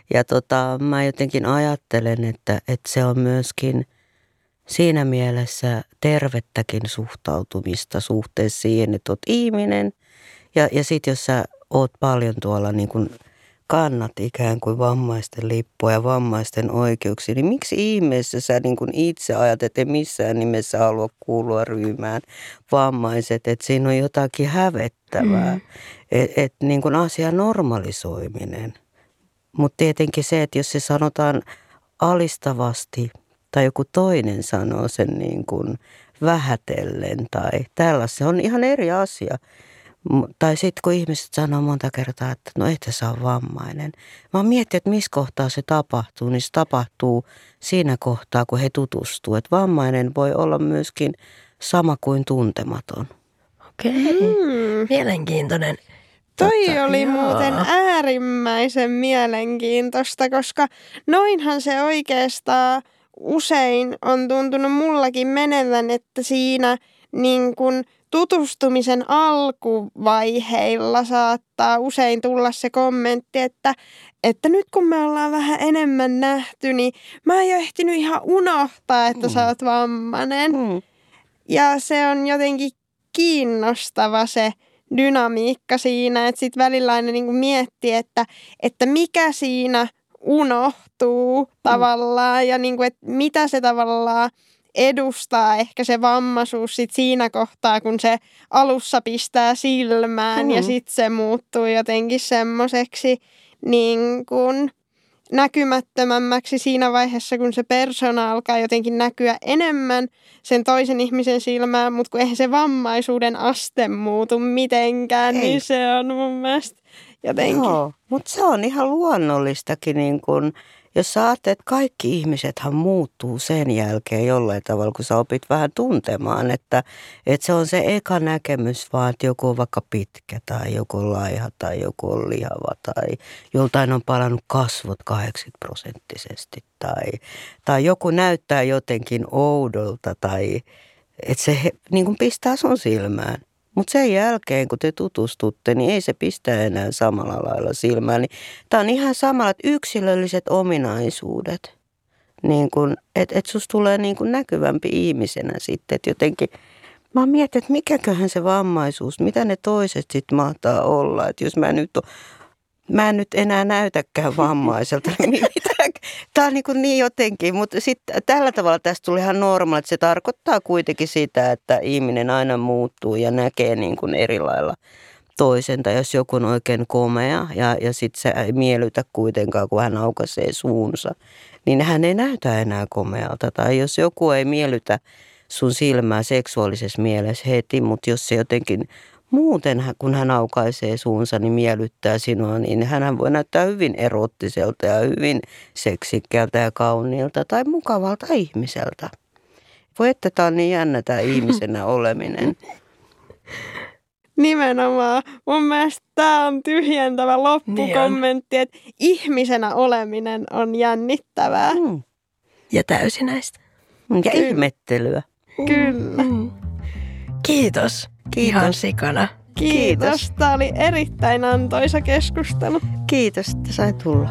mä jotenkin ajattelen, että se on myöskin siinä mielessä tervettäkin suhtautumista suhteessa siihen, että oot ihminen. Ja sit jos sä oot paljon tuolla niin kuin kannat ikään kuin vammaisten lippua ja vammaisten oikeuksia, niin miksi ihmeessä sä niin kuin itse ajat, että ei missään nimessä halua kuulua ryhmään vammaiset, että siinä on jotakin hävettävää, että niin kuin asian normalisoiminen. Mutta tietenkin se, että jos se sanotaan alistavasti tai joku toinen sanoo sen niin kuin vähätellen tai tällaista, se on ihan eri asia. Tai sitten kun ihmiset sanoo monta kertaa, että no et sä ole vammainen. Mä mietin, että missä kohtaa se tapahtuu, niin se tapahtuu siinä kohtaa, kun he tutustuu. Että vammainen voi olla myöskin sama kuin tuntematon. Okei, mielenkiintoinen. Toi oli muuten äärimmäisen mielenkiintoista, koska noinhan se oikeastaan usein on tuntunut mullakin menevän, että siinä niin kun tutustumisen alkuvaiheilla saattaa usein tulla se kommentti, että nyt kun me ollaan vähän enemmän nähty, niin mä en jo ehtinyt ihan unohtaa, että sä oot vammainen. Ja se on jotenkin kiinnostava se dynamiikka siinä, että sit välillä aina niin kuin miettii, että mikä siinä unohtuu tavallaan ja niin kuin, että mitä se tavallaan edustaa ehkä se vammaisuus sit siinä kohtaa, kun se alussa pistää silmään ja sitten se muuttuu jotenkin semmoiseksi niin kuin näkymättömämmäksi siinä vaiheessa, kun se persona alkaa jotenkin näkyä enemmän sen toisen ihmisen silmään, mutta kun eihän se vammaisuuden aste muutu mitenkään, niin se on mun mielestä jotenkin. Joo, mutta se on ihan luonnollistakin, niin kun, jos sä ajattelet, että kaikki ihmisethän muuttuu sen jälkeen jollain tavalla, kun sä opit vähän tuntemaan, että se on se eka näkemys vaan, että joku on vaikka pitkä tai joku on laiha tai joku on lihava tai joltain on palannut kasvot 80% tai joku näyttää jotenkin oudolta tai että se niin kuin pistää sun silmään. Mutta sen jälkeen, kun te tutustutte, niin ei se pistä enää samalla lailla silmään. Niin tämä on ihan samalla, että yksilölliset ominaisuudet, niin että susta tulee niin kun näkyvämpi ihmisenä sitten. Että jotenkin, mä mietin, että mikäköhän se vammaisuus, mitä ne toiset sitten mahtaa olla. Että jos mä en nyt enää näytäkään vammaiselta, niin tämä on niin jotenkin, mutta sitten tällä tavalla tästä tuli ihan normaali, että se tarkoittaa kuitenkin sitä, että ihminen aina muuttuu ja näkee niin kuin eri lailla toisen. Tai jos joku on oikein komea ja sitten se ei miellytä kuitenkaan, kun hän aukaisee suunsa, niin hän ei näytä enää komealta. Tai jos joku ei miellytä sun silmää seksuaalisessa mielessä heti, mutta jos se jotenkin muuten, kun hän aukaisee suunsa, niin miellyttää sinua, niin hän voi näyttää hyvin erottiselta ja hyvin seksikkäältä ja kauniilta tai mukavalta ihmiseltä. Voi että tämä on niin jännä tämä ihmisenä oleminen. Nimenomaan. Mun mielestä tämä on tyhjentävä loppukommentti, että ihmisenä oleminen on jännittävää. Ja täysinäistä. Ja ihmettelyä. Kyllä. Kiitos. Ihan sikana. Kiitos. Tämä oli erittäin antoisa keskustelu. Kiitos, että sai tulla.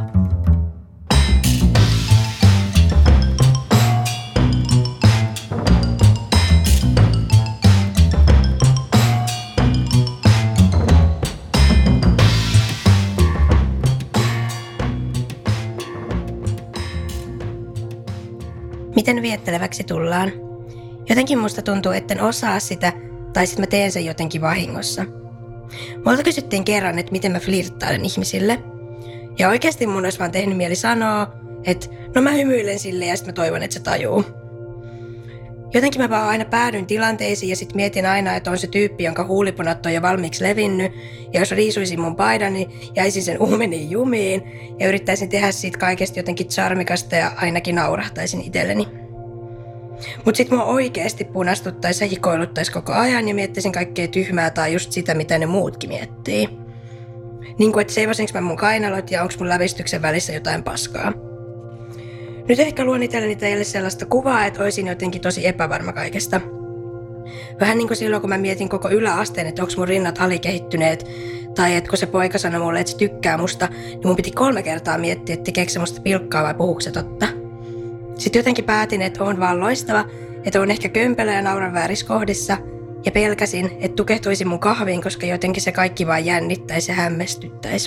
Miten vietteleväksi tullaan? Jotenkin musta tuntuu, etten osaa sitä, tai sitten mä teen sen jotenkin vahingossa. Multa kysyttiin kerran, että miten mä flirttailen ihmisille. Ja oikeasti mun olisi vaan tehnyt mieli sanoa, että no mä hymyilen sille ja sitten mä toivon, että se tajuu. Jotenkin mä vaan aina päädyin tilanteisiin ja sitten mietin aina, että on se tyyppi, jonka huulipunat on jo valmiiksi levinnyt. Ja jos riisuisin mun paidan, niin jäisin sen uumeniin jumiin ja yrittäisin tehdä siitä kaikesta jotenkin charmikasta ja ainakin naurahtaisin itselleni. Mut sit mua oikeesti punastuttaisi ja hikoiluttaisi koko ajan ja miettisin kaikkea tyhmää tai just sitä, mitä ne muutkin miettii. Niinku, että seivasinko mä mun kainalot ja onks mun lävistyksen välissä jotain paskaa. Nyt ehkä luon itselleni teille sellaista kuvaa, että oisin jotenkin tosi epävarma kaikesta. Vähän niin kuin silloin, kun mä mietin koko yläasteen, että onks mun rinnat alikehittyneet, tai että kun se poika sanoi mulle, että se tykkää musta, niin mun piti 3 kertaa miettiä, että tekeekö se musta pilkkaa vai puhuuko se totta. Sitten jotenkin päätin, että on vaan loistava, että on ehkä kömpelö ja nauran väärissä kohdissa, ja pelkäsin, että tukehtuisin mun kahviin, koska jotenkin se kaikki vaan jännittäisi ja hämmästyttäisi.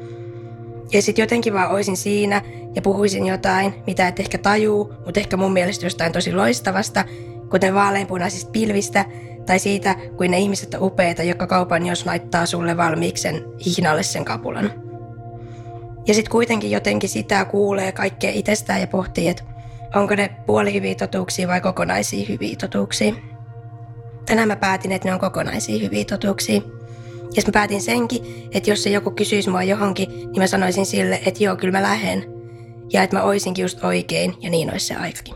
Ja sitten jotenkin vaan oisin siinä ja puhuisin jotain, mitä et ehkä tajuu, mutta ehkä mun mielestä jostain tosi loistavasta, kuten vaaleanpunaisista pilvistä tai siitä, kuin ne ihmiset on upeita, jotka kaupan jos laittaa sulle valmiiksi sen hihnalle sen kapulan. Ja sitten kuitenkin jotenkin sitä kuulee kaikkea itsestään ja pohtii, että onko ne puolihyviä totuuksia vai kokonaisia hyviä totuuksia. Tänään mä päätin, että ne on kokonaisia hyviä totuuksia. Ja mä päätin senkin, että jos se joku kysyisi mua johonkin, niin mä sanoisin sille, että joo, kyllä mä lähden. Ja että mä oisinkin just oikein, ja niin olisi se aikakin.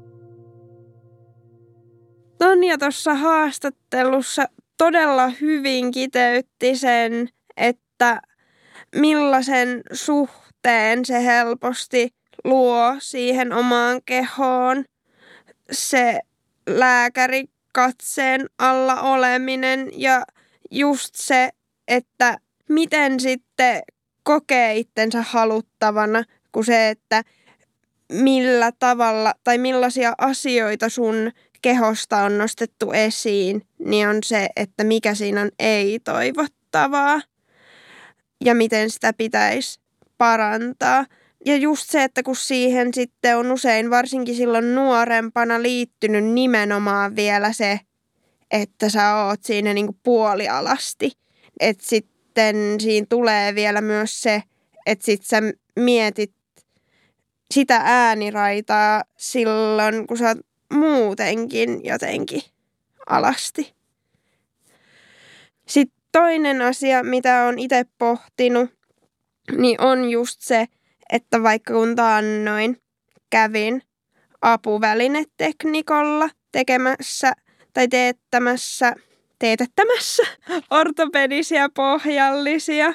Tonja tuossa haastattelussa todella hyvin kiteytti sen, että millaisen suhteen se helposti luo siihen omaan kehoon. Se lääkärikatseen alla oleminen ja just se, että miten sitten kokee itsensä haluttavana, kuin se, että millä tavalla tai millaisia asioita sun kehosta on nostettu esiin, niin on se, että mikä siinä on ei-toivottavaa ja miten sitä pitäisi parantaa. Ja just se, että kun siihen sitten on usein varsinkin silloin nuorempana liittynyt nimenomaan vielä se, että sä oot siinä niinku puolialasti. Että sitten siinä tulee vielä myös se, että sit sä mietit sitä ääniraitaa silloin, kun sä oot muutenkin jotenkin alasti. Sitten toinen asia, mitä on itse pohtinut, niin on just se, että vaikka kun taannoin kävin apuvälineteknikolla tekemässä tai teetettämässä ortopedisia pohjallisia,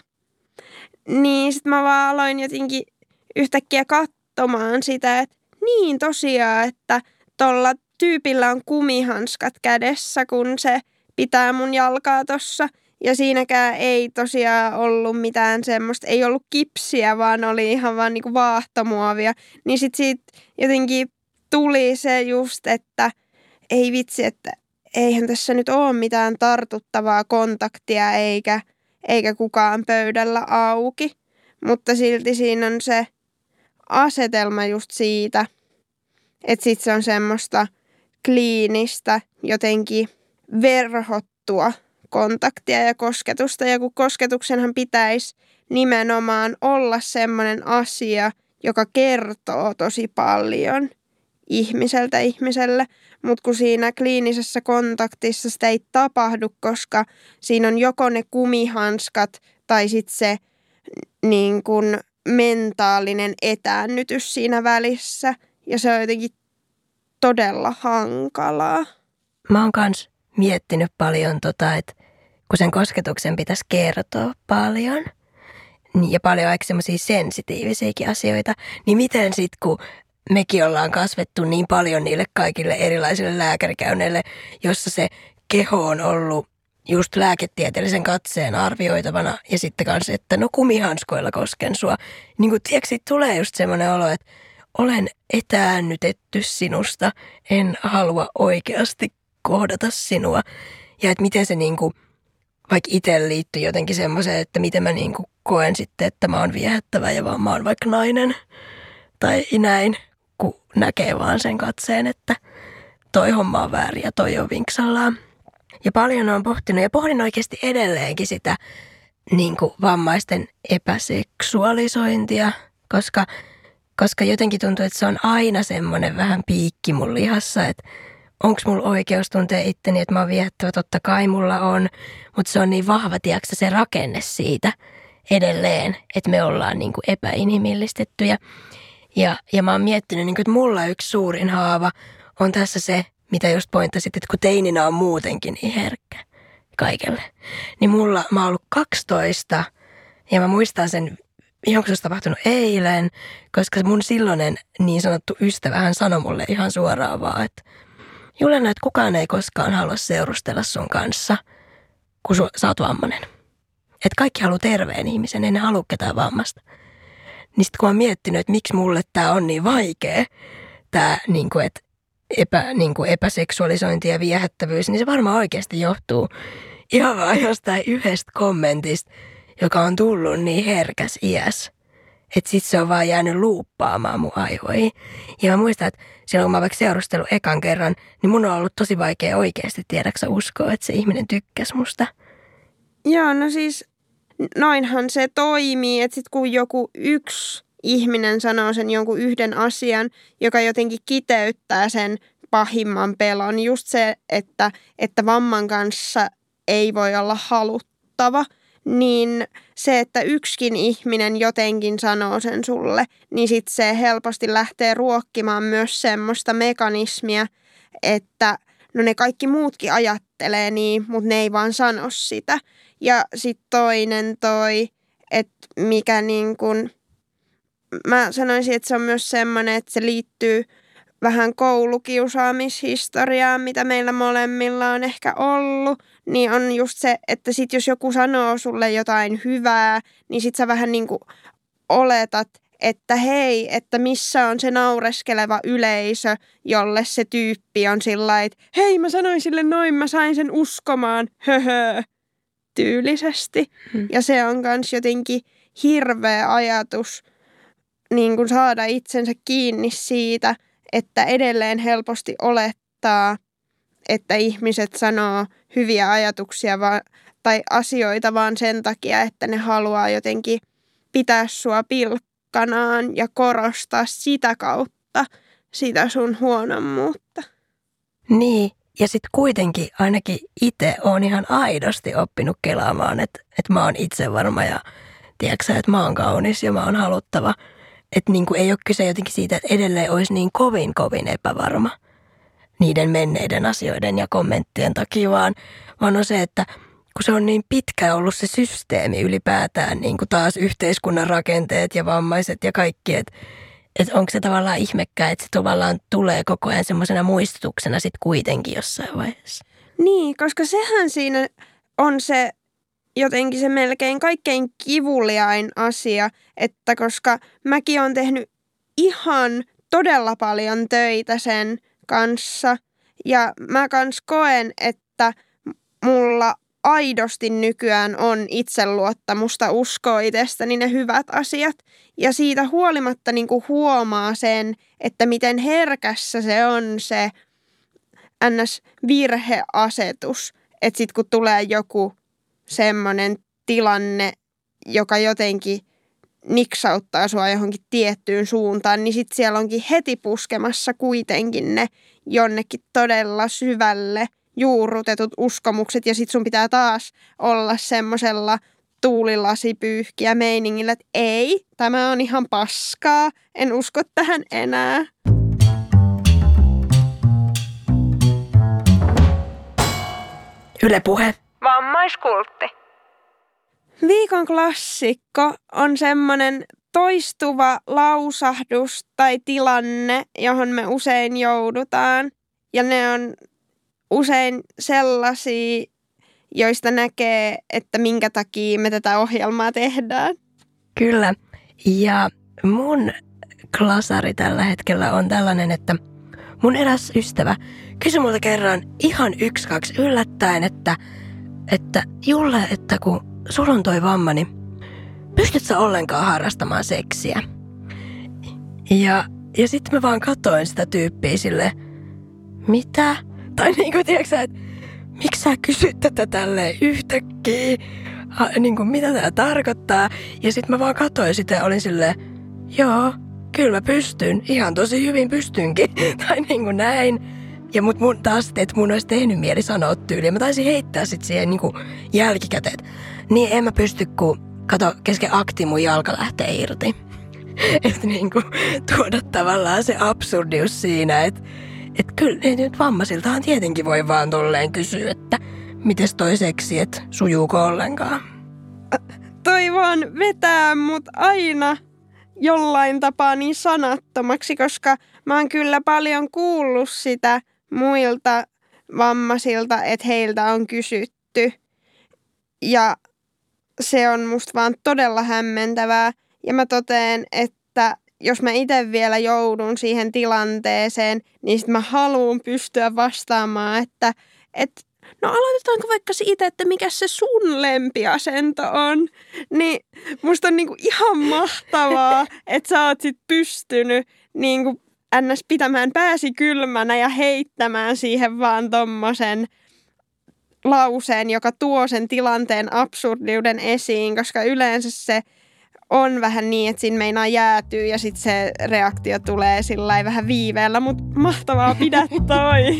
niin sitten mä vaan aloin jotenkin yhtäkkiä katsomaan sitä, että niin tosiaan, että tuolla tyypillä on kumihanskat kädessä, kun se pitää mun jalkaa tossa. Ja siinäkään ei tosiaan ollut mitään semmoista, ei ollut kipsiä, vaan oli ihan vaan niinku vaahtomuovia. Niin sit siitä jotenkin tuli se just, että ei vitsi, että eihän tässä nyt ole mitään tartuttavaa kontaktia eikä kukaan pöydällä auki. Mutta silti siinä on se asetelma just siitä, että sit se on semmoista kliinistä jotenkin verhottua kontaktia ja kosketusta. Ja kun kosketuksenhan pitäisi nimenomaan olla semmoinen asia, joka kertoo tosi paljon ihmiseltä ihmiselle. Mutta kun siinä kliinisessä kontaktissa sitä ei tapahdu, koska siinä on joko ne kumihanskat tai sitten se niin kun mentaalinen etäännytys siinä välissä. Ja se on jotenkin todella hankalaa. Mä oon kans miettinyt paljon että kun sen kosketuksen pitäisi kertoa paljon ja paljon aika semmoisia sensitiivisiäkin asioita, niin miten sitten kun mekin ollaan kasvettu niin paljon niille kaikille erilaisille lääkärikäynneille, jossa se keho on ollut just lääketieteellisen katseen arvioitavana ja sitten kanssa, että no kumihanskoilla kosken sua. Niin kun tiedätkö, tulee just semmoinen olo, että olen etäännytetty sinusta, en halua oikeasti kohdata sinua. Ja että miten se niinku, vaikka itse liittyy jotenkin semmoiseen, että miten mä niinku koen sitten, että mä oon viehättävä ja vaan mä oon vaikka nainen. Tai näin, kun näkee vaan sen katseen, että toi homma on väärin ja toi on vinksallaan. Ja paljon on pohtinut ja pohdin oikeasti edelleenkin sitä niinku vammaisten epäseksuaalisointia, koska jotenkin tuntuu, että se on aina semmoinen vähän piikki mun lihassa, että onko mulla oikeus tuntea itteni, että mä oon viehättävä, totta kai mulla on, mutta se on niin vahva, tiedätkö, se rakenne siitä edelleen, että me ollaan niin kuin epäinhimillistettyjä. Ja mä oon miettinyt, niin kuin, että mulla yksi suurin haava on tässä se, mitä just pointtasit, että kun teininä on muutenkin niin herkkä kaikelle. Niin mä oon ollut 12 ja mä muistan sen, ihan kun se olisi tapahtunut eilen, koska mun silloinen niin sanottu ystävä, hän sanoi mulle ihan suoraan vaan, että Julena, että kukaan ei koskaan halua seurustella sun kanssa, kun sä oot vammainen. Että kaikki haluaa terveen ihmisen, ei ne halua ketään vammasta. Niin sitten kun mä oon miettinyt, että miksi mulle tää on niin vaikea, tää niinku, että epäseksuaalisointi ja viehättävyys, niin se varmaan oikeasti johtuu ihan vaan jostain yhdestä kommentista, joka on tullut niin herkäs iäs. Että sit se on vaan jäänyt luuppaamaan mun aivoihin. Ja mä muistan, että silloin kun mä oon vaikka seurustellut ekan kerran, niin mun on ollut tosi vaikea oikeasti tiedäksä uskoa, että se ihminen tykkäsi musta. Joo, no siis noinhan se toimii, että sit kun joku yksi ihminen sanoo sen jonkun yhden asian, joka jotenkin kiteyttää sen pahimman pelon, just se, että vamman kanssa ei voi olla haluttava, niin se, että yksikin ihminen jotenkin sanoo sen sulle, niin sitten se helposti lähtee ruokkimaan myös semmoista mekanismia, että no ne kaikki muutkin ajattelee niin, mutta ne ei vaan sano sitä. Ja sitten toinen että mikä niin kuin, mä sanoisin, että se on myös semmoinen, että se liittyy vähän koulukiusaamishistoriaan, mitä meillä molemmilla on ehkä ollut, niin on just se, että sit jos joku sanoo sulle jotain hyvää, niin sit sä vähän niin kuin oletat, että hei, että missä on se naureskeleva yleisö, jolle se tyyppi on sillä että hei, mä sanoin sille noin, mä sain sen uskomaan, höhö, tyylisesti. Ja se on kans jotenkin hirveä ajatus niin kuin saada itsensä kiinni siitä, että edelleen helposti olettaa, että ihmiset sanoo hyviä ajatuksia tai asioita vaan sen takia, että ne haluaa jotenkin pitää sua pilkkanaan ja korostaa sitä kautta sitä sun huonommuutta. Niin, ja sitten kuitenkin ainakin itse olen ihan aidosti oppinut kelaamaan, että mä oon itsevarma ja tiedätkö, että mä oon kaunis ja mä oon haluttava. Että niin kuin ei ole kyse jotenkin siitä, että edelleen olisi niin kovin epävarma niiden menneiden asioiden ja kommenttien takia, vaan on se, että kun se on niin pitkään ollut se systeemi ylipäätään, niin kuin taas yhteiskunnan rakenteet ja vammaiset ja kaikki, että onko se tavallaan ihmekään, että se tavallaan tulee koko ajan semmoisena muistutuksena sitten kuitenkin jossain vaiheessa. Niin, koska sehän siinä on se jotenkin se melkein kaikkein kivuliain asia, että koska mäkin olen tehnyt ihan todella paljon töitä sen kanssa ja mä kans koen, että mulla aidosti nykyään on itseluottamusta, uskoa itsestäni ne hyvät asiat. Ja siitä huolimatta niin kuin huomaa sen, että miten herkässä se on se NS-virheasetus. Että sitten kun tulee joku semmoinen tilanne, joka jotenkin niksauttaa sua johonkin tiettyyn suuntaan, niin sitten siellä onkin heti puskemassa kuitenkin ne jonnekin todella syvälle juurrutetut uskomukset ja sit sun pitää taas olla semmosella tuulilasipyyhkiä meiningillä, että ei, tämä on ihan paskaa, en usko tähän enää. Yle Puhe. Vammaiskultti. Viikon klassikko on semmonen toistuva lausahdus tai tilanne, johon me usein joudutaan. Ja ne on usein sellaisia, joista näkee, että minkä takia me tätä ohjelmaa tehdään. Kyllä. Ja mun klasari tällä hetkellä on tällainen, että mun eräs ystävä kysyi multa kerran ihan 1-2 yllättäen, että Julle, että kun sulla on toi vamma, niin pystyt sä ollenkaan harrastamaan seksiä? Ja sitten mä vaan katsoin sitä tyyppiä silleen, mitä? Tai niinku, tiedätkö sä, että miksi sä kysyt tätä tälleen yhtäkkiä? Niinku, mitä tää tarkoittaa? Ja sitten mä vaan katsoin sitä ja olin silleen, joo, kyllä mä pystyn. Ihan tosi hyvin pystynkin. Tai niinku näin. Ja mun taas, että mun olisi tehnyt mieli sanoa tyyliin. Mä taisin heittää sit siihen niinku jälkikäteen. Niin en mä pysty, kun kato, kesken akti mun jalka lähtee irti. Että niinku tuoda tavallaan se absurdius siinä, että kyllä nyt vammaisiltahan tietenkin voi vaan tolleen kysyä, että mites toi seksi, että sujuuko ollenkaan. Toi vaan vetää mut aina jollain tapaa niin sanattomaksi, koska mä oon kyllä paljon kuullut sitä muilta vammaisilta, että heiltä on kysytty. Ja se on musta vaan todella hämmentävää. Ja mä toteen, että jos mä itse vielä joudun siihen tilanteeseen, niin sit mä haluan pystyä vastaamaan, että no aloitetaanko vaikka siitä, että mikä se sun lempiasento on. Niin musta on niinku ihan mahtavaa, että sä oot sit pystynyt niinku ns. Pitämään pääsi kylmänä ja heittämään siihen vaan tommosen lauseen, joka tuo sen tilanteen absurdiuden esiin, koska yleensä se on vähän niin, että siinä meinaa jäätyy ja sitten se reaktio tulee sillä vähän viiveellä, mutta mahtavaa, pidä toi.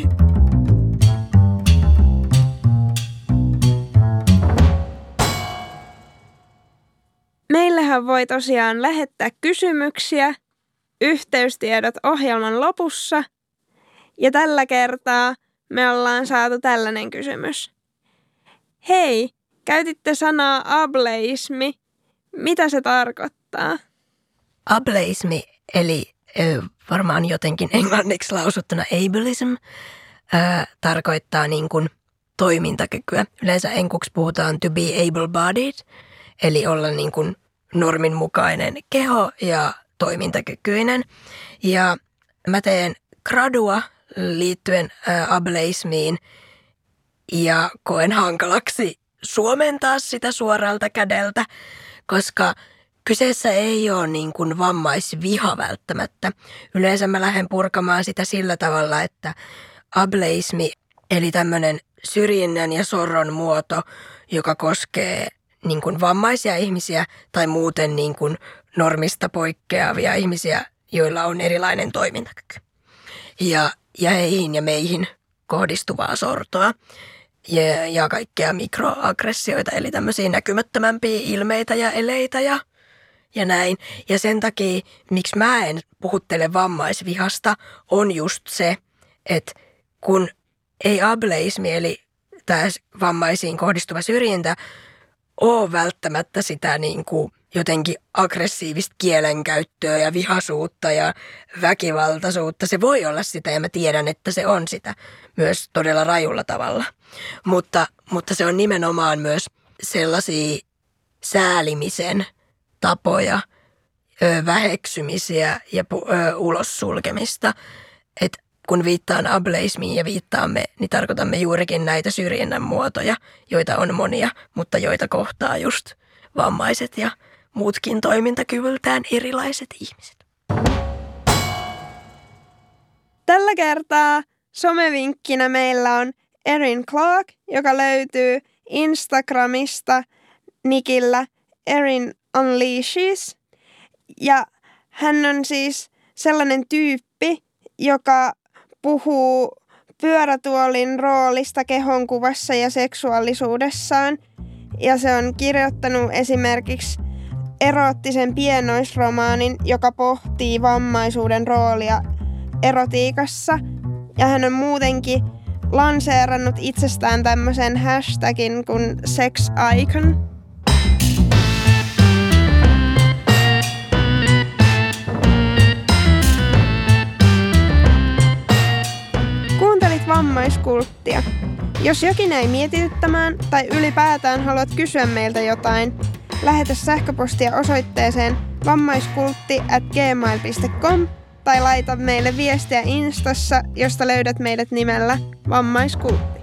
Meillähän voi tosiaan lähettää kysymyksiä, yhteystiedot ohjelman lopussa. Ja tällä kertaa me ollaan saatu tällainen kysymys. Hei, käytitte sanaa ableismi. Mitä se tarkoittaa? Ableismi, eli varmaan jotenkin englanniksi lausuttuna ableism, tarkoittaa niin kuin toimintakykyä. Yleensä enkuksi puhutaan to be able-bodied, eli olla niin kuin normin mukainen keho ja toimintakykyinen. Ja mä teen gradua liittyen ableismiin ja koen hankalaksi suomentaa sitä suoralta kädeltä, koska kyseessä ei ole niin kuin vammaisviha välttämättä. Yleensä mä lähden purkamaan sitä sillä tavalla, että ableismi, eli tämmöinen syrjinnän ja sorron muoto, joka koskee niin kuin vammaisia ihmisiä tai muuten niin kuin normista poikkeavia ihmisiä, joilla on erilainen toimintakyky. Ja heihin ja meihin kohdistuvaa sortoa ja kaikkea mikroaggressioita, eli tämmöisiä näkymättömämpiä ilmeitä ja eleitä ja näin. Ja sen takia, miksi mä en puhuttele vammaisvihasta, on just se, että kun ei ableismi, eli tämä vammaisiin kohdistuva syrjintä, ole välttämättä sitä niin kuin jotenkin aggressiivista kielenkäyttöä ja vihaisuutta ja väkivaltaisuutta. Se voi olla sitä ja mä tiedän, että se on sitä myös todella rajulla tavalla. Mutta se on nimenomaan myös sellaisia säälimisen tapoja, väheksymisiä ja ulos sulkemista. Että kun viittaan ableismiin ja viittaamme, niin tarkoitamme juurikin näitä syrjinnän muotoja, joita on monia, mutta joita kohtaa just vammaiset ja muutkin toimintakyvyltään erilaiset ihmiset. Tällä kertaa somevinkkinä meillä on Erin Clark, joka löytyy Instagramista nikillä Erin Unleashes. Ja hän on siis sellainen tyyppi, joka puhuu pyörätuolin roolista kehonkuvassa ja seksuaalisuudessaan. Ja se on kirjoittanut esimerkiksi eroottisen pienoisromaanin, joka pohtii vammaisuuden roolia erotiikassa. Ja hän on muutenkin lanseerannut itsestään tämmöisen hashtagin kuin sex icon. Kuuntelit Vammaiskulttia. Jos jokin ei mietityttämään tai ylipäätään haluat kysyä meiltä jotain, lähetä sähköpostia osoitteeseen vammaiskultti@gmail.com tai laita meille viestiä Instassa, josta löydät meidät nimellä Vammaiskultti.